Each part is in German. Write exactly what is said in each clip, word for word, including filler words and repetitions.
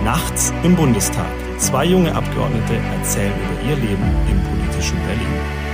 Nachts im Bundestag. Zwei junge Abgeordnete erzählen über ihr Leben im politischen Berlin.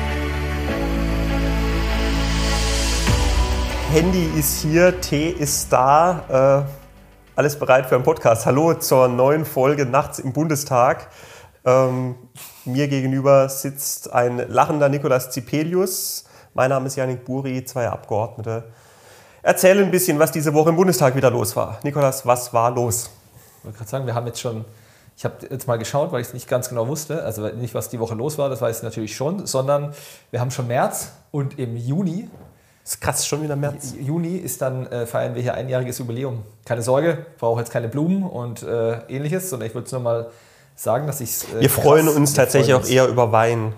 Handy ist hier, Tee ist da, äh, alles bereit für einen Podcast. Hallo zur neuen Folge Nachts im Bundestag. Ähm, mir gegenüber sitzt ein lachender Nikolaus Zipelius. Mein Name ist Yannick Buri, zwei Abgeordnete. Erzähl ein bisschen, was diese Woche im Bundestag wieder los war. Nikolaus, was war los? Ich wollte gerade sagen, wir haben jetzt schon, ich habe jetzt mal geschaut, weil ich es nicht ganz genau wusste, also nicht, was die Woche los war, das weiß ich natürlich schon, sondern wir haben schon März und im Juni, das ist krass, schon wieder März. Juni ist dann, äh, feiern wir hier einjähriges Jubiläum. Keine Sorge, ich brauche jetzt keine Blumen und äh, ähnliches, sondern ich würde es nur mal sagen, dass ich äh, Wir freuen uns wir tatsächlich freuen uns. auch eher über Wein.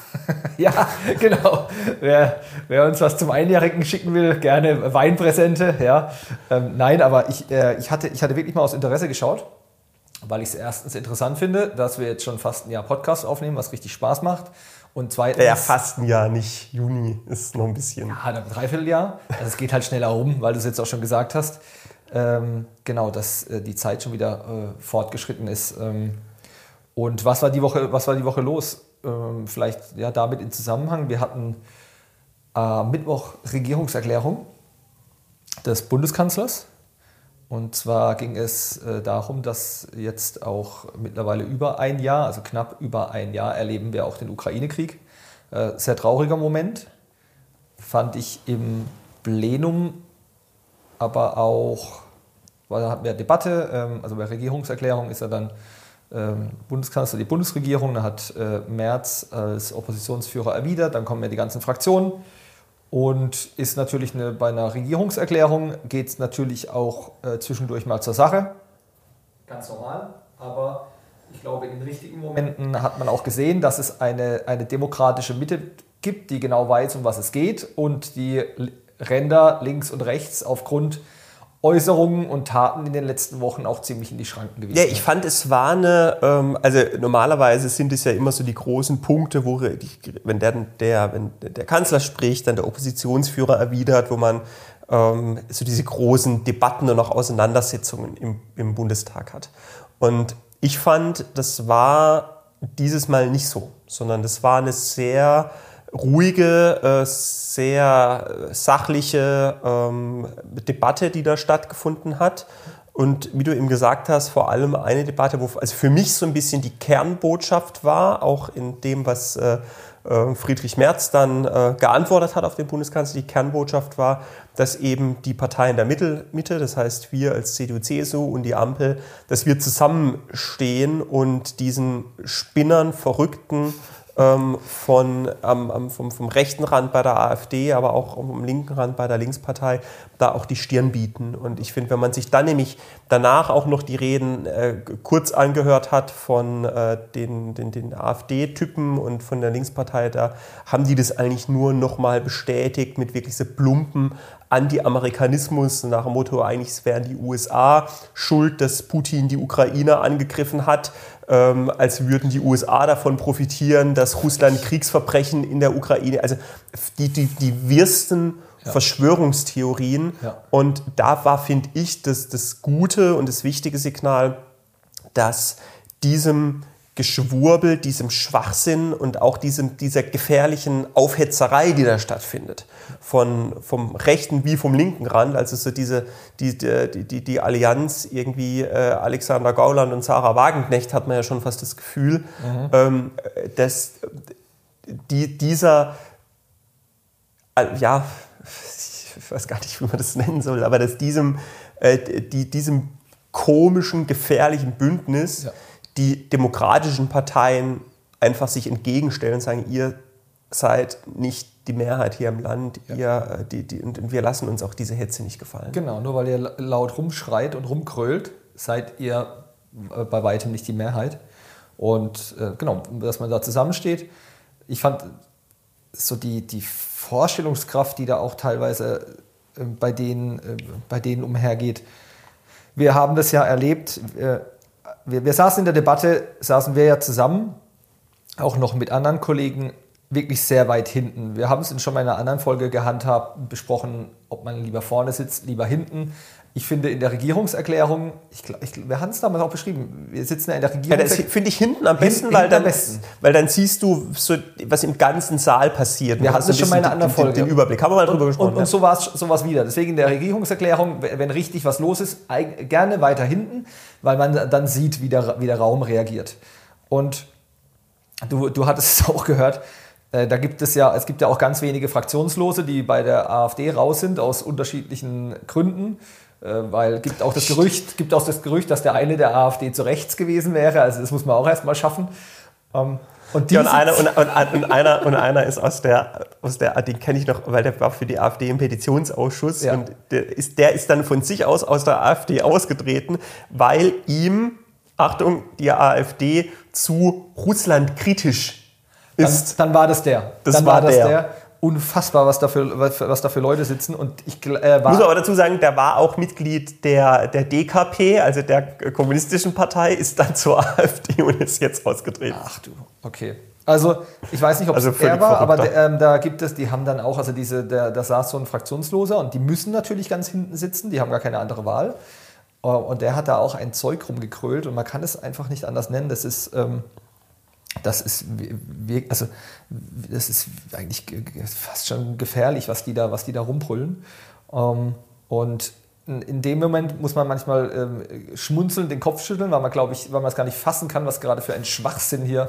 Ja, genau. Wer, wer uns was zum Einjährigen schicken will, gerne Weinpräsente. Ja. Ähm, nein, aber ich, äh, ich, hatte, ich hatte wirklich mal aus Interesse geschaut, weil ich es erstens interessant finde, dass wir jetzt schon fast ein Jahr Podcast aufnehmen, was richtig Spaß macht. Und zweitens... Ja, fast ein Jahr, nicht Juni, ist noch ein bisschen. Ja, ein Dreivierteljahr. Also es geht halt schneller rum, weil du es jetzt auch schon gesagt hast. Ähm, genau, dass äh, die Zeit schon wieder äh, fortgeschritten ist. Ähm, und was war die Woche, was war die Woche los? Ähm, vielleicht ja, damit in Zusammenhang. Wir hatten äh, Mittwoch Regierungserklärung des Bundeskanzlers. Und zwar ging es äh, darum, dass jetzt auch mittlerweile über ein Jahr, also knapp über ein Jahr, erleben wir auch den Ukraine-Krieg. Äh, sehr trauriger Moment, fand ich im Plenum, aber auch, weil da hatten wir Debatte, ähm, also bei Regierungserklärung ist ja dann ähm, Bundeskanzler die Bundesregierung, da hat äh, Merz als Oppositionsführer erwidert, dann kommen ja die ganzen Fraktionen. Und ist natürlich eine, bei einer Regierungserklärung geht es natürlich auch äh, zwischendurch mal zur Sache. Ganz normal. Aber ich glaube, in richtigen Momenten hat man auch gesehen, dass es eine, eine demokratische Mitte gibt, die genau weiß, um was es geht. Und die Ränder links und rechts aufgrund Äußerungen und Taten in den letzten Wochen auch ziemlich in die Schranken gewiesen. Ja, ich fand, es war eine, ähm, also normalerweise sind es ja immer so die großen Punkte, wo, wenn der, der, wenn der Kanzler spricht, dann der Oppositionsführer erwidert, wo man ähm, so diese großen Debatten und auch Auseinandersetzungen im, im Bundestag hat. Und ich fand, das war dieses Mal nicht so, sondern das war eine sehr ruhige, sehr sachliche ähm, Debatte, die da stattgefunden hat. Und wie du eben gesagt hast, vor allem eine Debatte, wo also für mich so ein bisschen die Kernbotschaft war, auch in dem, was äh, Friedrich Merz dann äh, geantwortet hat auf den Bundeskanzler. Die Kernbotschaft war, dass eben die Parteien der Mitte, Mitte, das heißt wir als C D U C S U und die Ampel, dass wir zusammenstehen und diesen Spinnern, Verrückten, Von, ähm, vom, vom rechten Rand bei der AfD, aber auch vom linken Rand bei der Linkspartei, da auch die Stirn bieten. Und ich finde, wenn man sich dann nämlich danach auch noch die Reden äh, kurz angehört hat von äh, den, den, den AfD-Typen und von der Linkspartei, da haben die das eigentlich nur nochmal bestätigt mit wirklich so plumpen Anti-Amerikanismus nach dem Motto, eigentlich wären die U S A schuld, dass Putin die Ukraine angegriffen hat, ähm, als würden die U S A davon profitieren, dass Russland Kriegsverbrechen in der Ukraine, also die, die, die wirsten ja. Verschwörungstheorien. Ja. Und da war, finde ich, das, das gute und das wichtige Signal, dass diesem Geschwurbel, diesem Schwachsinn und auch diesem, dieser gefährlichen Aufhetzerei, die da stattfindet, von, vom rechten wie vom linken Rand, also so diese, die, die, die, die Allianz irgendwie äh, Alexander Gauland und Sarah Wagenknecht, hat man ja schon fast das Gefühl, mhm. ähm, dass die, dieser, äh, ja, ich weiß gar nicht, wie man das nennen soll, aber dass diesem, äh, die, diesem komischen, gefährlichen Bündnis, ja. die demokratischen Parteien einfach sich entgegenstellen und sagen, ihr seid nicht die Mehrheit hier im Land, ja. ihr, die, die, und wir lassen uns auch diese Hetze nicht gefallen. Genau, nur weil ihr laut rumschreit und rumkrölt, seid ihr bei weitem nicht die Mehrheit. Und äh, genau, dass man da zusammensteht. Ich fand so die, die Vorstellungskraft, die da auch teilweise äh, bei, denen, äh, bei denen umhergeht. Wir haben das ja erlebt, äh, Wir, wir saßen in der Debatte, saßen wir ja zusammen, auch noch mit anderen Kollegen wirklich sehr weit hinten. Wir haben es in schon mal in einer anderen Folge gehandhabt, besprochen, ob man lieber vorne sitzt, lieber hinten. Ich finde in der Regierungserklärung, ich, ich, wir haben es damals auch beschrieben, wir sitzen ja in der Regierungserklärung. Ja, das finde ich hinten am besten, hinten, weil, dann, besten. weil dann siehst du, so, was im ganzen Saal passiert. Wir hatten das schon mal in einer anderen Folge. Den, den Überblick. Haben wir mal drüber und, gesprochen. Und, ja. und so war es so war's wieder. Deswegen in der Regierungserklärung, wenn richtig was los ist, gerne weiter hinten, weil man dann sieht, wie der, wie der Raum reagiert. Und du, du hattest es auch gehört, da gibt es ja, es gibt ja auch ganz wenige Fraktionslose, die bei der AfD raus sind, aus unterschiedlichen Gründen. Weil gibt auch das Gerücht, gibt auch das Gerücht, dass der eine der AfD zu rechts gewesen wäre. Also das muss man auch erstmal schaffen. Und, ja, und, einer, und, und, und, einer, und einer ist aus der, aus der, den kenne ich noch, weil der war für die AfD im Petitionsausschuss. Ja. Und der ist, der ist dann von sich aus aus der AfD ausgetreten, weil ihm, Achtung, die AfD zu Russland kritisch ist. Dann, dann war das der. Das dann war, war das der. der. Unfassbar, was da für, was, was da für Leute sitzen. Und ich äh, war muss aber dazu sagen, der war auch Mitglied der, der D K P, also der kommunistischen Partei, ist dann zur AfD und ist jetzt ausgetreten. Ach du, okay. Also ich weiß nicht, ob es also er war, aber der, ähm, da gibt es, die haben dann auch, also diese, der, da saß so ein Fraktionsloser und die müssen natürlich ganz hinten sitzen, die haben gar keine andere Wahl. Und der hat da auch ein Zeug rumgekrölt und man kann es einfach nicht anders nennen. Das ist... Ähm, Das ist, also, das ist eigentlich fast schon gefährlich, was die da, was die da rumbrüllen. Und in dem Moment muss man manchmal schmunzeln, den Kopf schütteln, weil man, glaube ich, weil man es gar nicht fassen kann, was gerade für ein Schwachsinn hier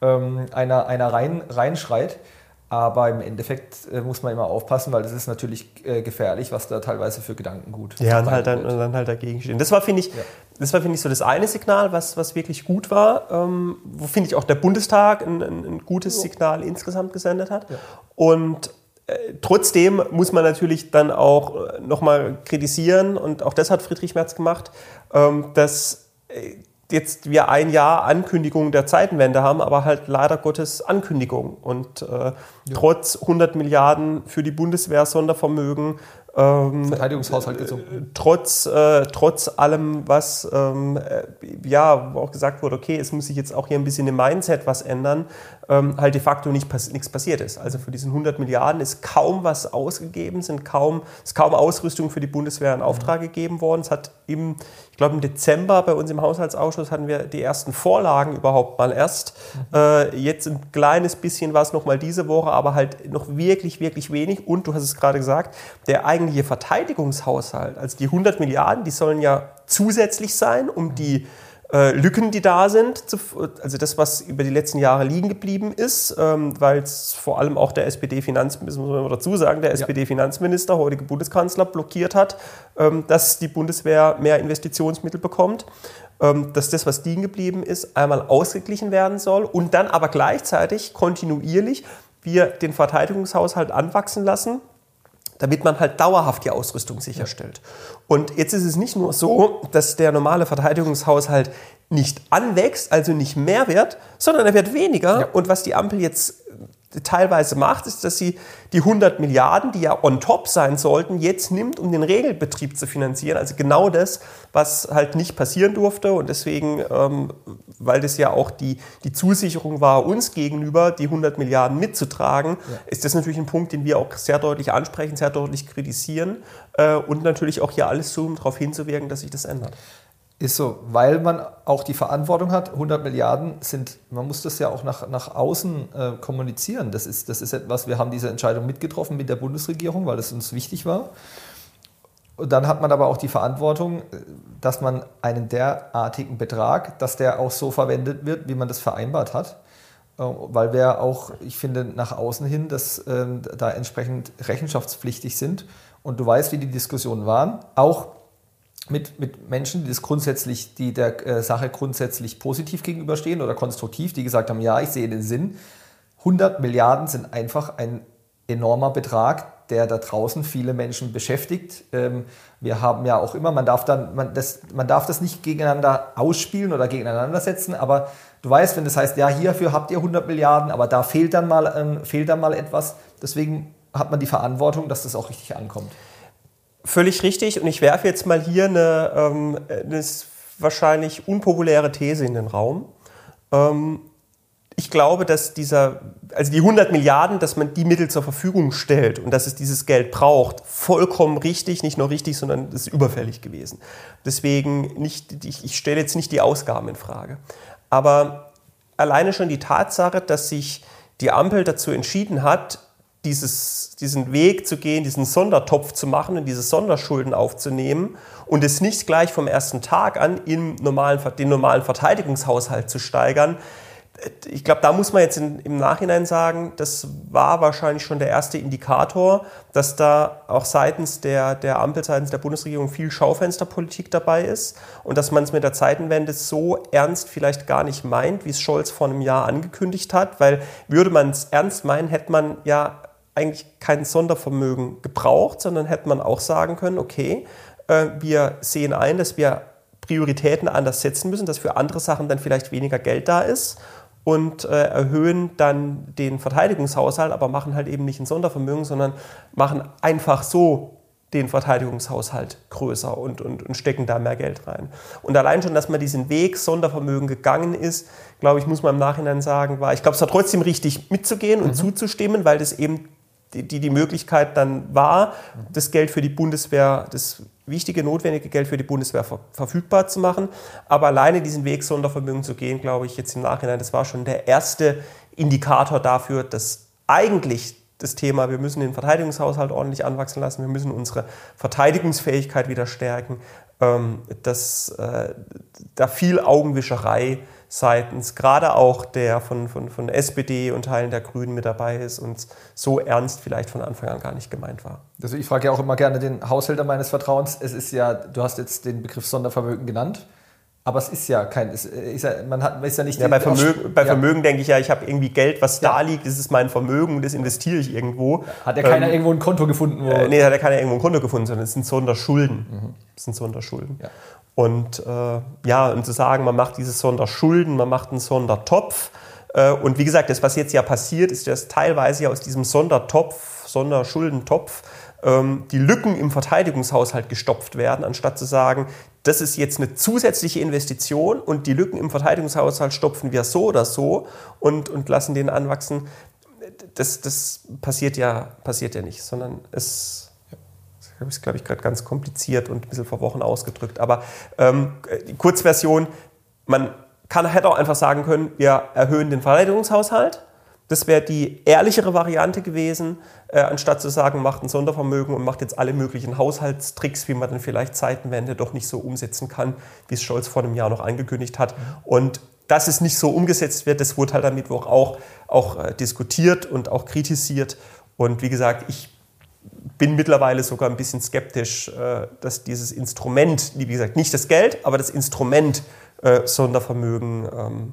einer, einer rein, reinschreit. Aber im Endeffekt äh, muss man immer aufpassen, weil das ist natürlich äh, gefährlich, was da teilweise für Gedankengut ja, und halt dann, und dann halt dagegen stehen. Das war, finde ich, ja. das war, finde ich, so das eine Signal, was, was wirklich gut war, ähm, wo, finde ich, auch der Bundestag ein, ein, ein gutes ja. Signal insgesamt gesendet hat. Ja. Und äh, trotzdem muss man natürlich dann auch äh, nochmal kritisieren, und auch das hat Friedrich Merz gemacht, ähm, dass äh, jetzt wir ein Jahr Ankündigung der Zeitenwende haben, aber halt leider Gottes Ankündigung. Und äh, ja. trotz hundert Milliarden für die Bundeswehr Sondervermögen, ähm, Verteidigungshaushalt gesunken. Trotz, äh, trotz allem, was ähm, äh, ja, wo auch gesagt wurde, okay, es muss sich jetzt auch hier ein bisschen im Mindset was ändern, ähm, halt de facto nicht pass- nichts passiert ist. Also für diesen hundert Milliarden ist kaum was ausgegeben, sind kaum, ist kaum Ausrüstung für die Bundeswehr in Auftrag mhm. gegeben worden. Es hat im, ich glaube im Dezember bei uns im Haushaltsausschuss hatten wir die ersten Vorlagen überhaupt mal erst. Mhm. Äh, jetzt ein kleines bisschen was nochmal diese Woche, aber halt noch wirklich, wirklich wenig. Und du hast es gerade gesagt, der eigentliche Verteidigungshaushalt, also die hundert Milliarden, die sollen ja zusätzlich sein, um die äh, Lücken, die da sind, zu, also das, was über die letzten Jahre liegen geblieben ist, ähm, weil es vor allem auch der S P D-Finanzminister, muss man dazu sagen, der ja. S P D-Finanzminister, heutige Bundeskanzler, blockiert hat, ähm, dass die Bundeswehr mehr Investitionsmittel bekommt, ähm, dass das, was liegen geblieben ist, einmal ausgeglichen werden soll und dann aber gleichzeitig kontinuierlich wir den Verteidigungshaushalt anwachsen lassen, damit man halt dauerhaft die Ausrüstung sicherstellt. Und jetzt ist es nicht nur so, dass der normale Verteidigungshaushalt nicht anwächst, also nicht mehr wird, sondern er wird weniger. Ja. Und was die Ampel jetzt teilweise macht, ist, dass sie die hundert Milliarden, die ja on top sein sollten, jetzt nimmt, um den Regelbetrieb zu finanzieren. Also genau das, was halt nicht passieren durfte. Und deswegen, ähm, weil das ja auch die, die Zusicherung war, uns gegenüber die hundert Milliarden mitzutragen, ja. ist das natürlich ein Punkt, den wir auch sehr deutlich ansprechen, sehr deutlich kritisieren äh, und natürlich auch hier alles tun, um darauf hinzuwirken, dass sich das ändert. Ist so, weil man auch die Verantwortung hat, hundert Milliarden sind, man muss das ja auch nach, nach außen äh, kommunizieren. Das ist, das ist etwas, wir haben diese Entscheidung mitgetroffen mit der Bundesregierung, weil es uns wichtig war. Und dann hat man aber auch die Verantwortung, dass man einen derartigen Betrag, dass der auch so verwendet wird, wie man das vereinbart hat. Äh, weil wir auch, ich finde, nach außen hin, dass äh, da entsprechend rechenschaftspflichtig sind. Und du weißt, wie die Diskussionen waren, auch Mit, mit Menschen, die, das grundsätzlich, die der äh, Sache grundsätzlich positiv gegenüberstehen oder konstruktiv, die gesagt haben, ja, ich sehe den Sinn. hundert Milliarden sind einfach ein enormer Betrag, der da draußen viele Menschen beschäftigt. Ähm, wir haben ja auch immer, man darf, dann, man, das, man darf das nicht gegeneinander ausspielen oder gegeneinander setzen, aber du weißt, wenn das heißt, ja, hierfür habt ihr hundert Milliarden, aber da fehlt dann mal, ähm, fehlt dann mal etwas. Deswegen hat man die Verantwortung, dass das auch richtig ankommt. Völlig richtig, und ich werfe jetzt mal hier eine, ähm, eine wahrscheinlich unpopuläre These in den Raum. Ähm, ich glaube, dass dieser, also die hundert Milliarden, dass man die Mittel zur Verfügung stellt und dass es dieses Geld braucht, vollkommen richtig, nicht nur richtig, sondern es ist überfällig gewesen. Deswegen nicht, ich, ich stelle jetzt nicht die Ausgaben in Frage. Aber alleine schon die Tatsache, dass sich die Ampel dazu entschieden hat, dieses, diesen Weg zu gehen, diesen Sondertopf zu machen und diese Sonderschulden aufzunehmen und es nicht gleich vom ersten Tag an im normalen, den normalen Verteidigungshaushalt zu steigern. Ich glaube, da muss man jetzt in, im Nachhinein sagen, das war wahrscheinlich schon der erste Indikator, dass da auch seitens der, der Ampel, seitens der Bundesregierung viel Schaufensterpolitik dabei ist und dass man es mit der Zeitenwende so ernst vielleicht gar nicht meint, wie es Scholz vor einem Jahr angekündigt hat, weil würde man es ernst meinen, hätte man ja eigentlich kein Sondervermögen gebraucht, sondern hätte man auch sagen können, okay, äh, wir sehen ein, dass wir Prioritäten anders setzen müssen, dass für andere Sachen dann vielleicht weniger Geld da ist und äh, erhöhen dann den Verteidigungshaushalt, aber machen halt eben nicht ein Sondervermögen, sondern machen einfach so den Verteidigungshaushalt größer und, und, und stecken da mehr Geld rein. Und allein schon, dass man diesen Weg Sondervermögen gegangen ist, glaube ich, muss man im Nachhinein sagen, war, ich glaube, es war trotzdem richtig mitzugehen und mhm. zuzustimmen, weil das eben die, die, die Möglichkeit dann war, das Geld für die Bundeswehr, das wichtige, notwendige Geld für die Bundeswehr ver- verfügbar zu machen. Aber alleine diesen Weg Sondervermögen zu gehen, glaube ich, jetzt im Nachhinein, das war schon der erste Indikator dafür, dass eigentlich das Thema, wir müssen den Verteidigungshaushalt ordentlich anwachsen lassen, wir müssen unsere Verteidigungsfähigkeit wieder stärken, ähm, dass äh, da viel Augenwischerei seitens gerade auch der von, von, von S P D und Teilen der Grünen mit dabei ist und so ernst vielleicht von Anfang an gar nicht gemeint war. Also ich frage ja auch immer gerne den Haushälter meines Vertrauens. Es ist ja, du hast jetzt den Begriff Sondervermögen genannt, aber es ist ja kein, es ist ja, man hat, ist ja nicht... Ja, bei Vermögen, bei Vermögen ja. denke ich ja, ich habe irgendwie Geld, was ja. da liegt, das ist mein Vermögen, das investiere ich irgendwo. Hat ja keiner ähm, irgendwo ein Konto gefunden? Wo äh, nee, hat ja keiner irgendwo ein Konto gefunden, sondern es sind Sonderschulden. Mhm. Das sind Sonderschulden. Ja. Und äh, ja, und zu sagen, man macht diese Sonderschulden, man macht einen Sondertopf. Äh, und wie gesagt, das, was jetzt ja passiert, ist, dass teilweise ja aus diesem Sondertopf, Sonderschuldentopf, ähm, die Lücken im Verteidigungshaushalt gestopft werden, anstatt zu sagen, das ist jetzt eine zusätzliche Investition und die Lücken im Verteidigungshaushalt stopfen wir so oder so und, und lassen den anwachsen. Das, das passiert ja, passiert ja nicht, sondern es... Ich habe es, glaube ich, gerade ganz kompliziert und ein bisschen verworren ausgedrückt. Aber ähm, die Kurzversion, man kann, hätte auch einfach sagen können, wir erhöhen den Verteidigungshaushalt. Das wäre die ehrlichere Variante gewesen, äh, anstatt zu sagen, macht ein Sondervermögen und macht jetzt alle möglichen Haushaltstricks, wie man dann vielleicht Zeitenwende doch nicht so umsetzen kann, wie es Scholz vor einem Jahr noch angekündigt hat. Und dass es nicht so umgesetzt wird, das wurde halt am Mittwoch auch, auch äh, diskutiert und auch kritisiert. Und wie gesagt, ich bin mittlerweile sogar ein bisschen skeptisch, dass dieses Instrument, wie gesagt, nicht das Geld, aber das Instrument äh, Sondervermögen ähm,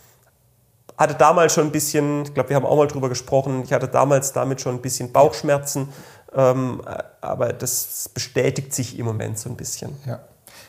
hatte damals schon ein bisschen, ich glaube, wir haben auch mal drüber gesprochen, ich hatte damals damit schon ein bisschen Bauchschmerzen, ähm, aber das bestätigt sich im Moment so ein bisschen. Ja.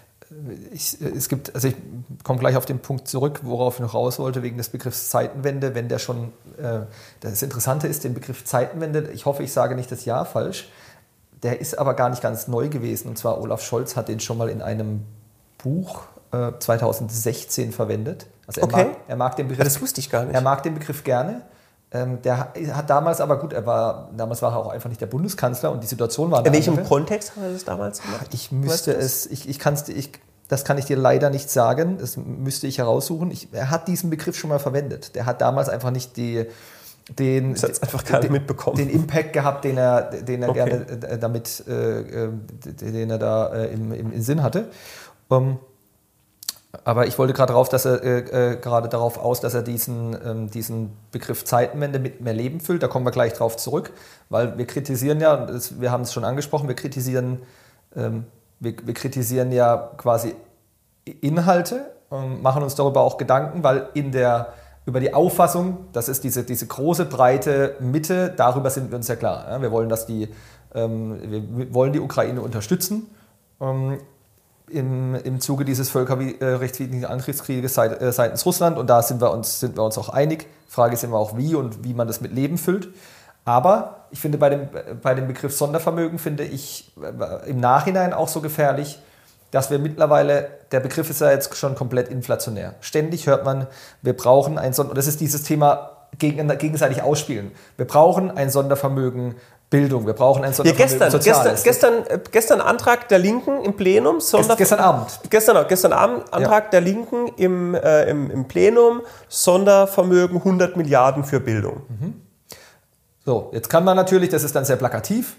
Ich, es gibt, also ich komme gleich auf den Punkt zurück, worauf ich noch raus wollte, wegen des Begriffs Zeitenwende, wenn der schon, äh, das Interessante ist, den Begriff Zeitenwende, ich hoffe, ich sage nicht das Jahr falsch, der ist aber gar nicht ganz neu gewesen, und zwar Olaf Scholz hat den schon mal in einem Buch äh, zweitausendsechzehn verwendet. Also er, okay. mag, er mag den Begriff, das wusste ich gar nicht. Er mag den Begriff gerne. Ähm, der hat damals aber, gut, er war, damals war er auch einfach nicht der Bundeskanzler und die Situation war... In welchem andere. Kontext hat er das damals gemacht? Ich müsste es, ich, ich kann's, ich, das kann ich dir leider nicht sagen, das müsste ich heraussuchen. Ich, er hat diesen Begriff schon mal verwendet. Der hat damals einfach nicht die, den, das hat's einfach gar nicht mitbekommen. den Impact gehabt, den er, den er okay. gerne damit, äh, den er da äh, im, im, im Sinn hatte. Um, Aber ich wollte gerade darauf, dass er äh, gerade darauf aus, dass er diesen, ähm, diesen Begriff Zeitenwende mit mehr Leben füllt. Da kommen wir gleich drauf zurück, weil wir kritisieren ja, das, wir haben es schon angesprochen, wir kritisieren, ähm, wir, wir kritisieren ja quasi Inhalte, ähm, machen uns darüber auch Gedanken, weil in der über die Auffassung, das ist diese, diese große, breite Mitte, darüber sind wir uns ja klar. Ja? Wir wollen, dass die, ähm, wir wollen die Ukraine unterstützen. Ähm, Im, im Zuge dieses völkerrechtswidrigen Angriffskrieges seit, äh, seitens Russland. Und da sind wir, uns, sind wir uns auch einig. Frage ist immer auch, wie und wie man das mit Leben füllt. Aber ich finde, bei dem, bei dem Begriff Sondervermögen finde ich äh, im Nachhinein auch so gefährlich, dass wir mittlerweile, der Begriff ist ja jetzt schon komplett inflationär. Ständig hört man, wir brauchen ein Sondervermögen, und das ist dieses Thema gegen, gegenseitig ausspielen. Wir brauchen ein Sondervermögen Bildung, wir brauchen ein Sondervermögen ja, gestern, Soziales. Gestern, gestern, gestern Antrag der Linken im Plenum. Sonderver- gestern Abend. Gestern, gestern Abend Antrag ja. der Linken im, äh, im, im Plenum, Sondervermögen hundert Milliarden für Bildung. Mhm. So, jetzt kann man natürlich, das ist dann sehr plakativ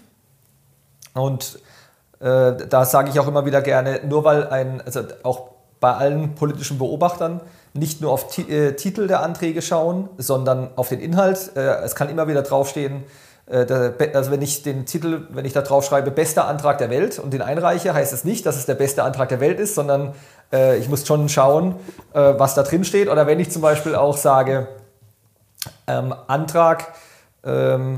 und äh, da sage ich auch immer wieder gerne, nur weil ein, also auch bei allen politischen Beobachtern, nicht nur auf T- äh, Titel der Anträge schauen, sondern auf den Inhalt. Äh, es kann immer wieder draufstehen, also wenn ich den Titel, wenn ich da drauf schreibe, bester Antrag der Welt und den einreiche, heißt es nicht, dass es der beste Antrag der Welt ist, sondern äh, ich muss schon schauen, äh, was da drin steht. Oder wenn ich zum Beispiel auch sage, ähm, Antrag, ähm,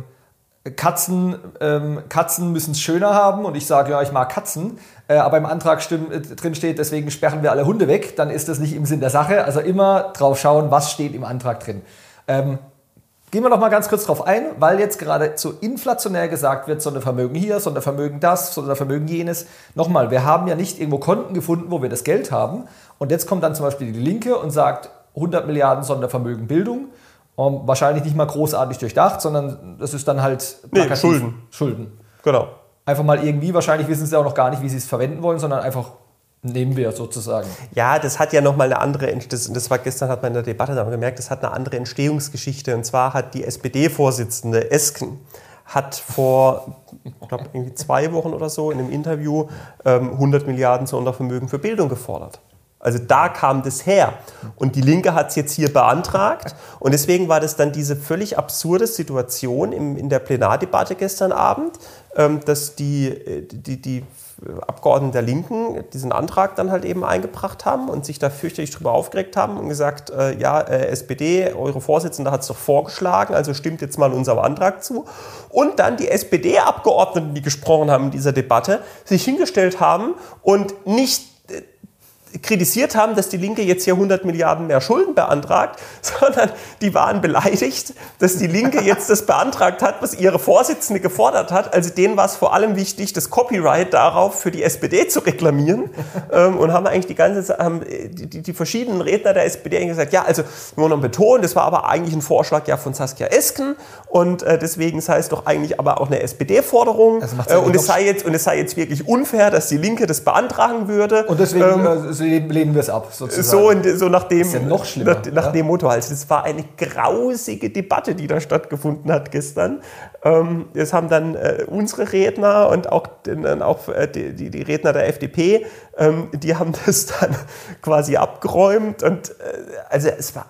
Katzen, ähm, Katzen müssen es schöner haben und ich sage, ja, ich mag Katzen, äh, aber im Antrag stimm, äh, drin steht, deswegen sperren wir alle Hunde weg, dann ist das nicht im Sinn der Sache. Also immer drauf schauen, was steht im Antrag drin. Ähm, Gehen wir noch mal ganz kurz drauf ein, weil jetzt gerade so inflationär gesagt wird, Sondervermögen hier, Sondervermögen das, Sondervermögen jenes. Nochmal, wir haben ja nicht irgendwo Konten gefunden, wo wir das Geld haben. Und jetzt kommt dann zum Beispiel die Linke und sagt hundert Milliarden Sondervermögen Bildung. Um, wahrscheinlich nicht mal großartig durchdacht, sondern das ist dann halt nee, Schulden. Schulden. Genau. Einfach mal irgendwie, wahrscheinlich wissen sie auch noch gar nicht, wie sie es verwenden wollen, sondern einfach nehmen wir sozusagen. Ja, das hat ja nochmal eine andere, das, das war gestern, hat man in der Debatte dann gemerkt, das hat eine andere Entstehungsgeschichte. Und zwar hat die S P D-Vorsitzende Esken hat vor, ich glaube, irgendwie zwei Wochen oder so in einem Interview ähm, hundert Milliarden Sondervermögen für Bildung gefordert. Also da kam das her. Und die Linke hat es jetzt hier beantragt. Und deswegen war das dann diese völlig absurde Situation im, in der Plenardebatte gestern Abend, ähm, dass die, die, die Abgeordneten der Linken diesen Antrag dann halt eben eingebracht haben und sich da fürchterlich drüber aufgeregt haben und gesagt, äh, ja, äh, S P D, eure Vorsitzende hat es doch vorgeschlagen, also stimmt jetzt mal unserem Antrag zu. Und dann die S P D-Abgeordneten, die gesprochen haben in dieser Debatte, sich hingestellt haben und nicht äh, kritisiert haben, dass die Linke jetzt hier hundert Milliarden mehr Schulden beantragt, sondern die waren beleidigt, dass die Linke jetzt das beantragt hat, was ihre Vorsitzende gefordert hat. Also denen war es vor allem wichtig, das Copyright darauf für die S P D zu reklamieren ähm, und haben eigentlich die ganze haben die, die, die verschiedenen Redner der S P D gesagt, ja, also wir wollen noch betonen, das war aber eigentlich ein Vorschlag ja von Saskia Esken und äh, deswegen sei es doch eigentlich aber auch eine S P D-Forderung also äh, und es sei jetzt und es sei jetzt wirklich unfair, dass die Linke das beantragen würde. Und deswegen ähm, äh, lehnen wir es ab, sozusagen. So, in, so nach dem, das ist ja noch schlimmer, nach, nach ja? dem Motto halt. Das war eine grausige Debatte, die da stattgefunden hat gestern. Ähm, das haben dann äh, unsere Redner und auch, dann auch äh, die, die Redner der F D P, ähm, die haben das dann quasi abgeräumt. Und äh, also es war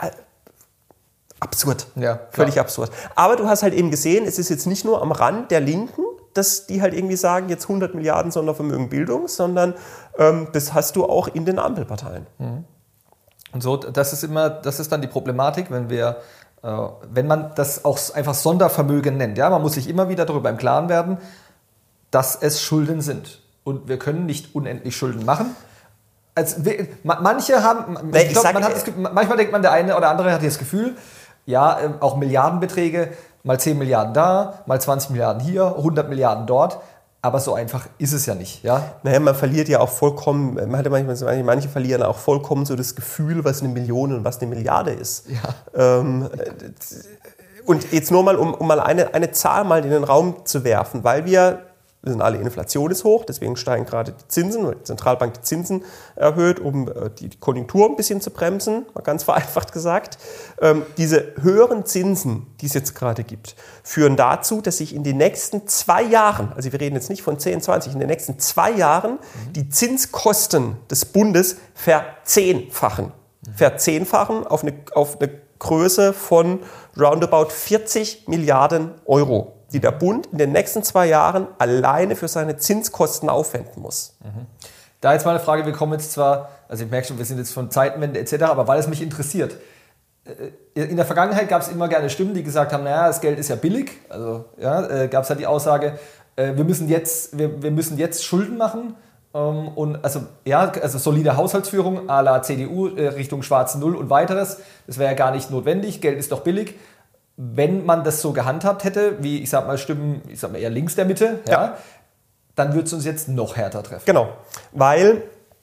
absurd. Ja, völlig absurd. Aber du hast halt eben gesehen, es ist jetzt nicht nur am Rand der Linken, dass die halt irgendwie sagen, jetzt hundert Milliarden Sondervermögen Bildung, sondern ähm, das hast du auch in den Ampelparteien. Und so, das ist immer, das ist dann die Problematik, wenn wir, äh, wenn man das auch einfach Sondervermögen nennt. Ja, man muss sich immer wieder darüber im Klaren werden, dass es Schulden sind. Und wir können nicht unendlich Schulden machen. Also, manche haben, nee, ich glaub, sag, man hat das, manchmal denkt man, der eine oder andere hat das Gefühl, ja, auch Milliardenbeträge, mal zehn Milliarden da, mal zwanzig Milliarden hier, hundert Milliarden dort. Aber so einfach ist es ja nicht. Ja? Naja, man verliert ja auch vollkommen, man hat ja manchmal, manche verlieren auch vollkommen so das Gefühl, was eine Million und was eine Milliarde ist. Ja. Ähm, und jetzt nur mal, um, um mal eine, eine Zahl mal in den Raum zu werfen, weil wir, wir sind alle, Inflation ist hoch, deswegen steigen gerade die Zinsen, weil die Zentralbank die Zinsen erhöht, um die Konjunktur ein bisschen zu bremsen, mal ganz vereinfacht gesagt. Ähm, diese höheren Zinsen, die es jetzt gerade gibt, führen dazu, dass sich in den nächsten zwei Jahren, also wir reden jetzt nicht von zehn, zwanzig, in den nächsten zwei Jahren mhm. die Zinskosten des Bundes verzehnfachen. Mhm. Verzehnfachen auf eine, auf eine Größe von roundabout vierzig Milliarden Euro, die der Bund in den nächsten zwei Jahren alleine für seine Zinskosten aufwenden muss. Mhm. Da jetzt mal eine Frage, wir kommen jetzt zwar, also ich merke schon, wir sind jetzt von Zeitenwende et cetera, aber weil es mich interessiert. In der Vergangenheit gab es immer gerne Stimmen, die gesagt haben, naja, das Geld ist ja billig. Also ja, gab es halt die Aussage, wir müssen jetzt, wir, wir müssen jetzt Schulden machen. Und also, ja, also solide Haushaltsführung à la C D U Richtung schwarze Null und weiteres, das wäre ja gar nicht notwendig, Geld ist doch billig. Wenn man das so gehandhabt hätte, wie ich sag mal Stimmen, ich sag mal eher links der Mitte, ja, ja dann würde es uns jetzt noch härter treffen. Genau, weil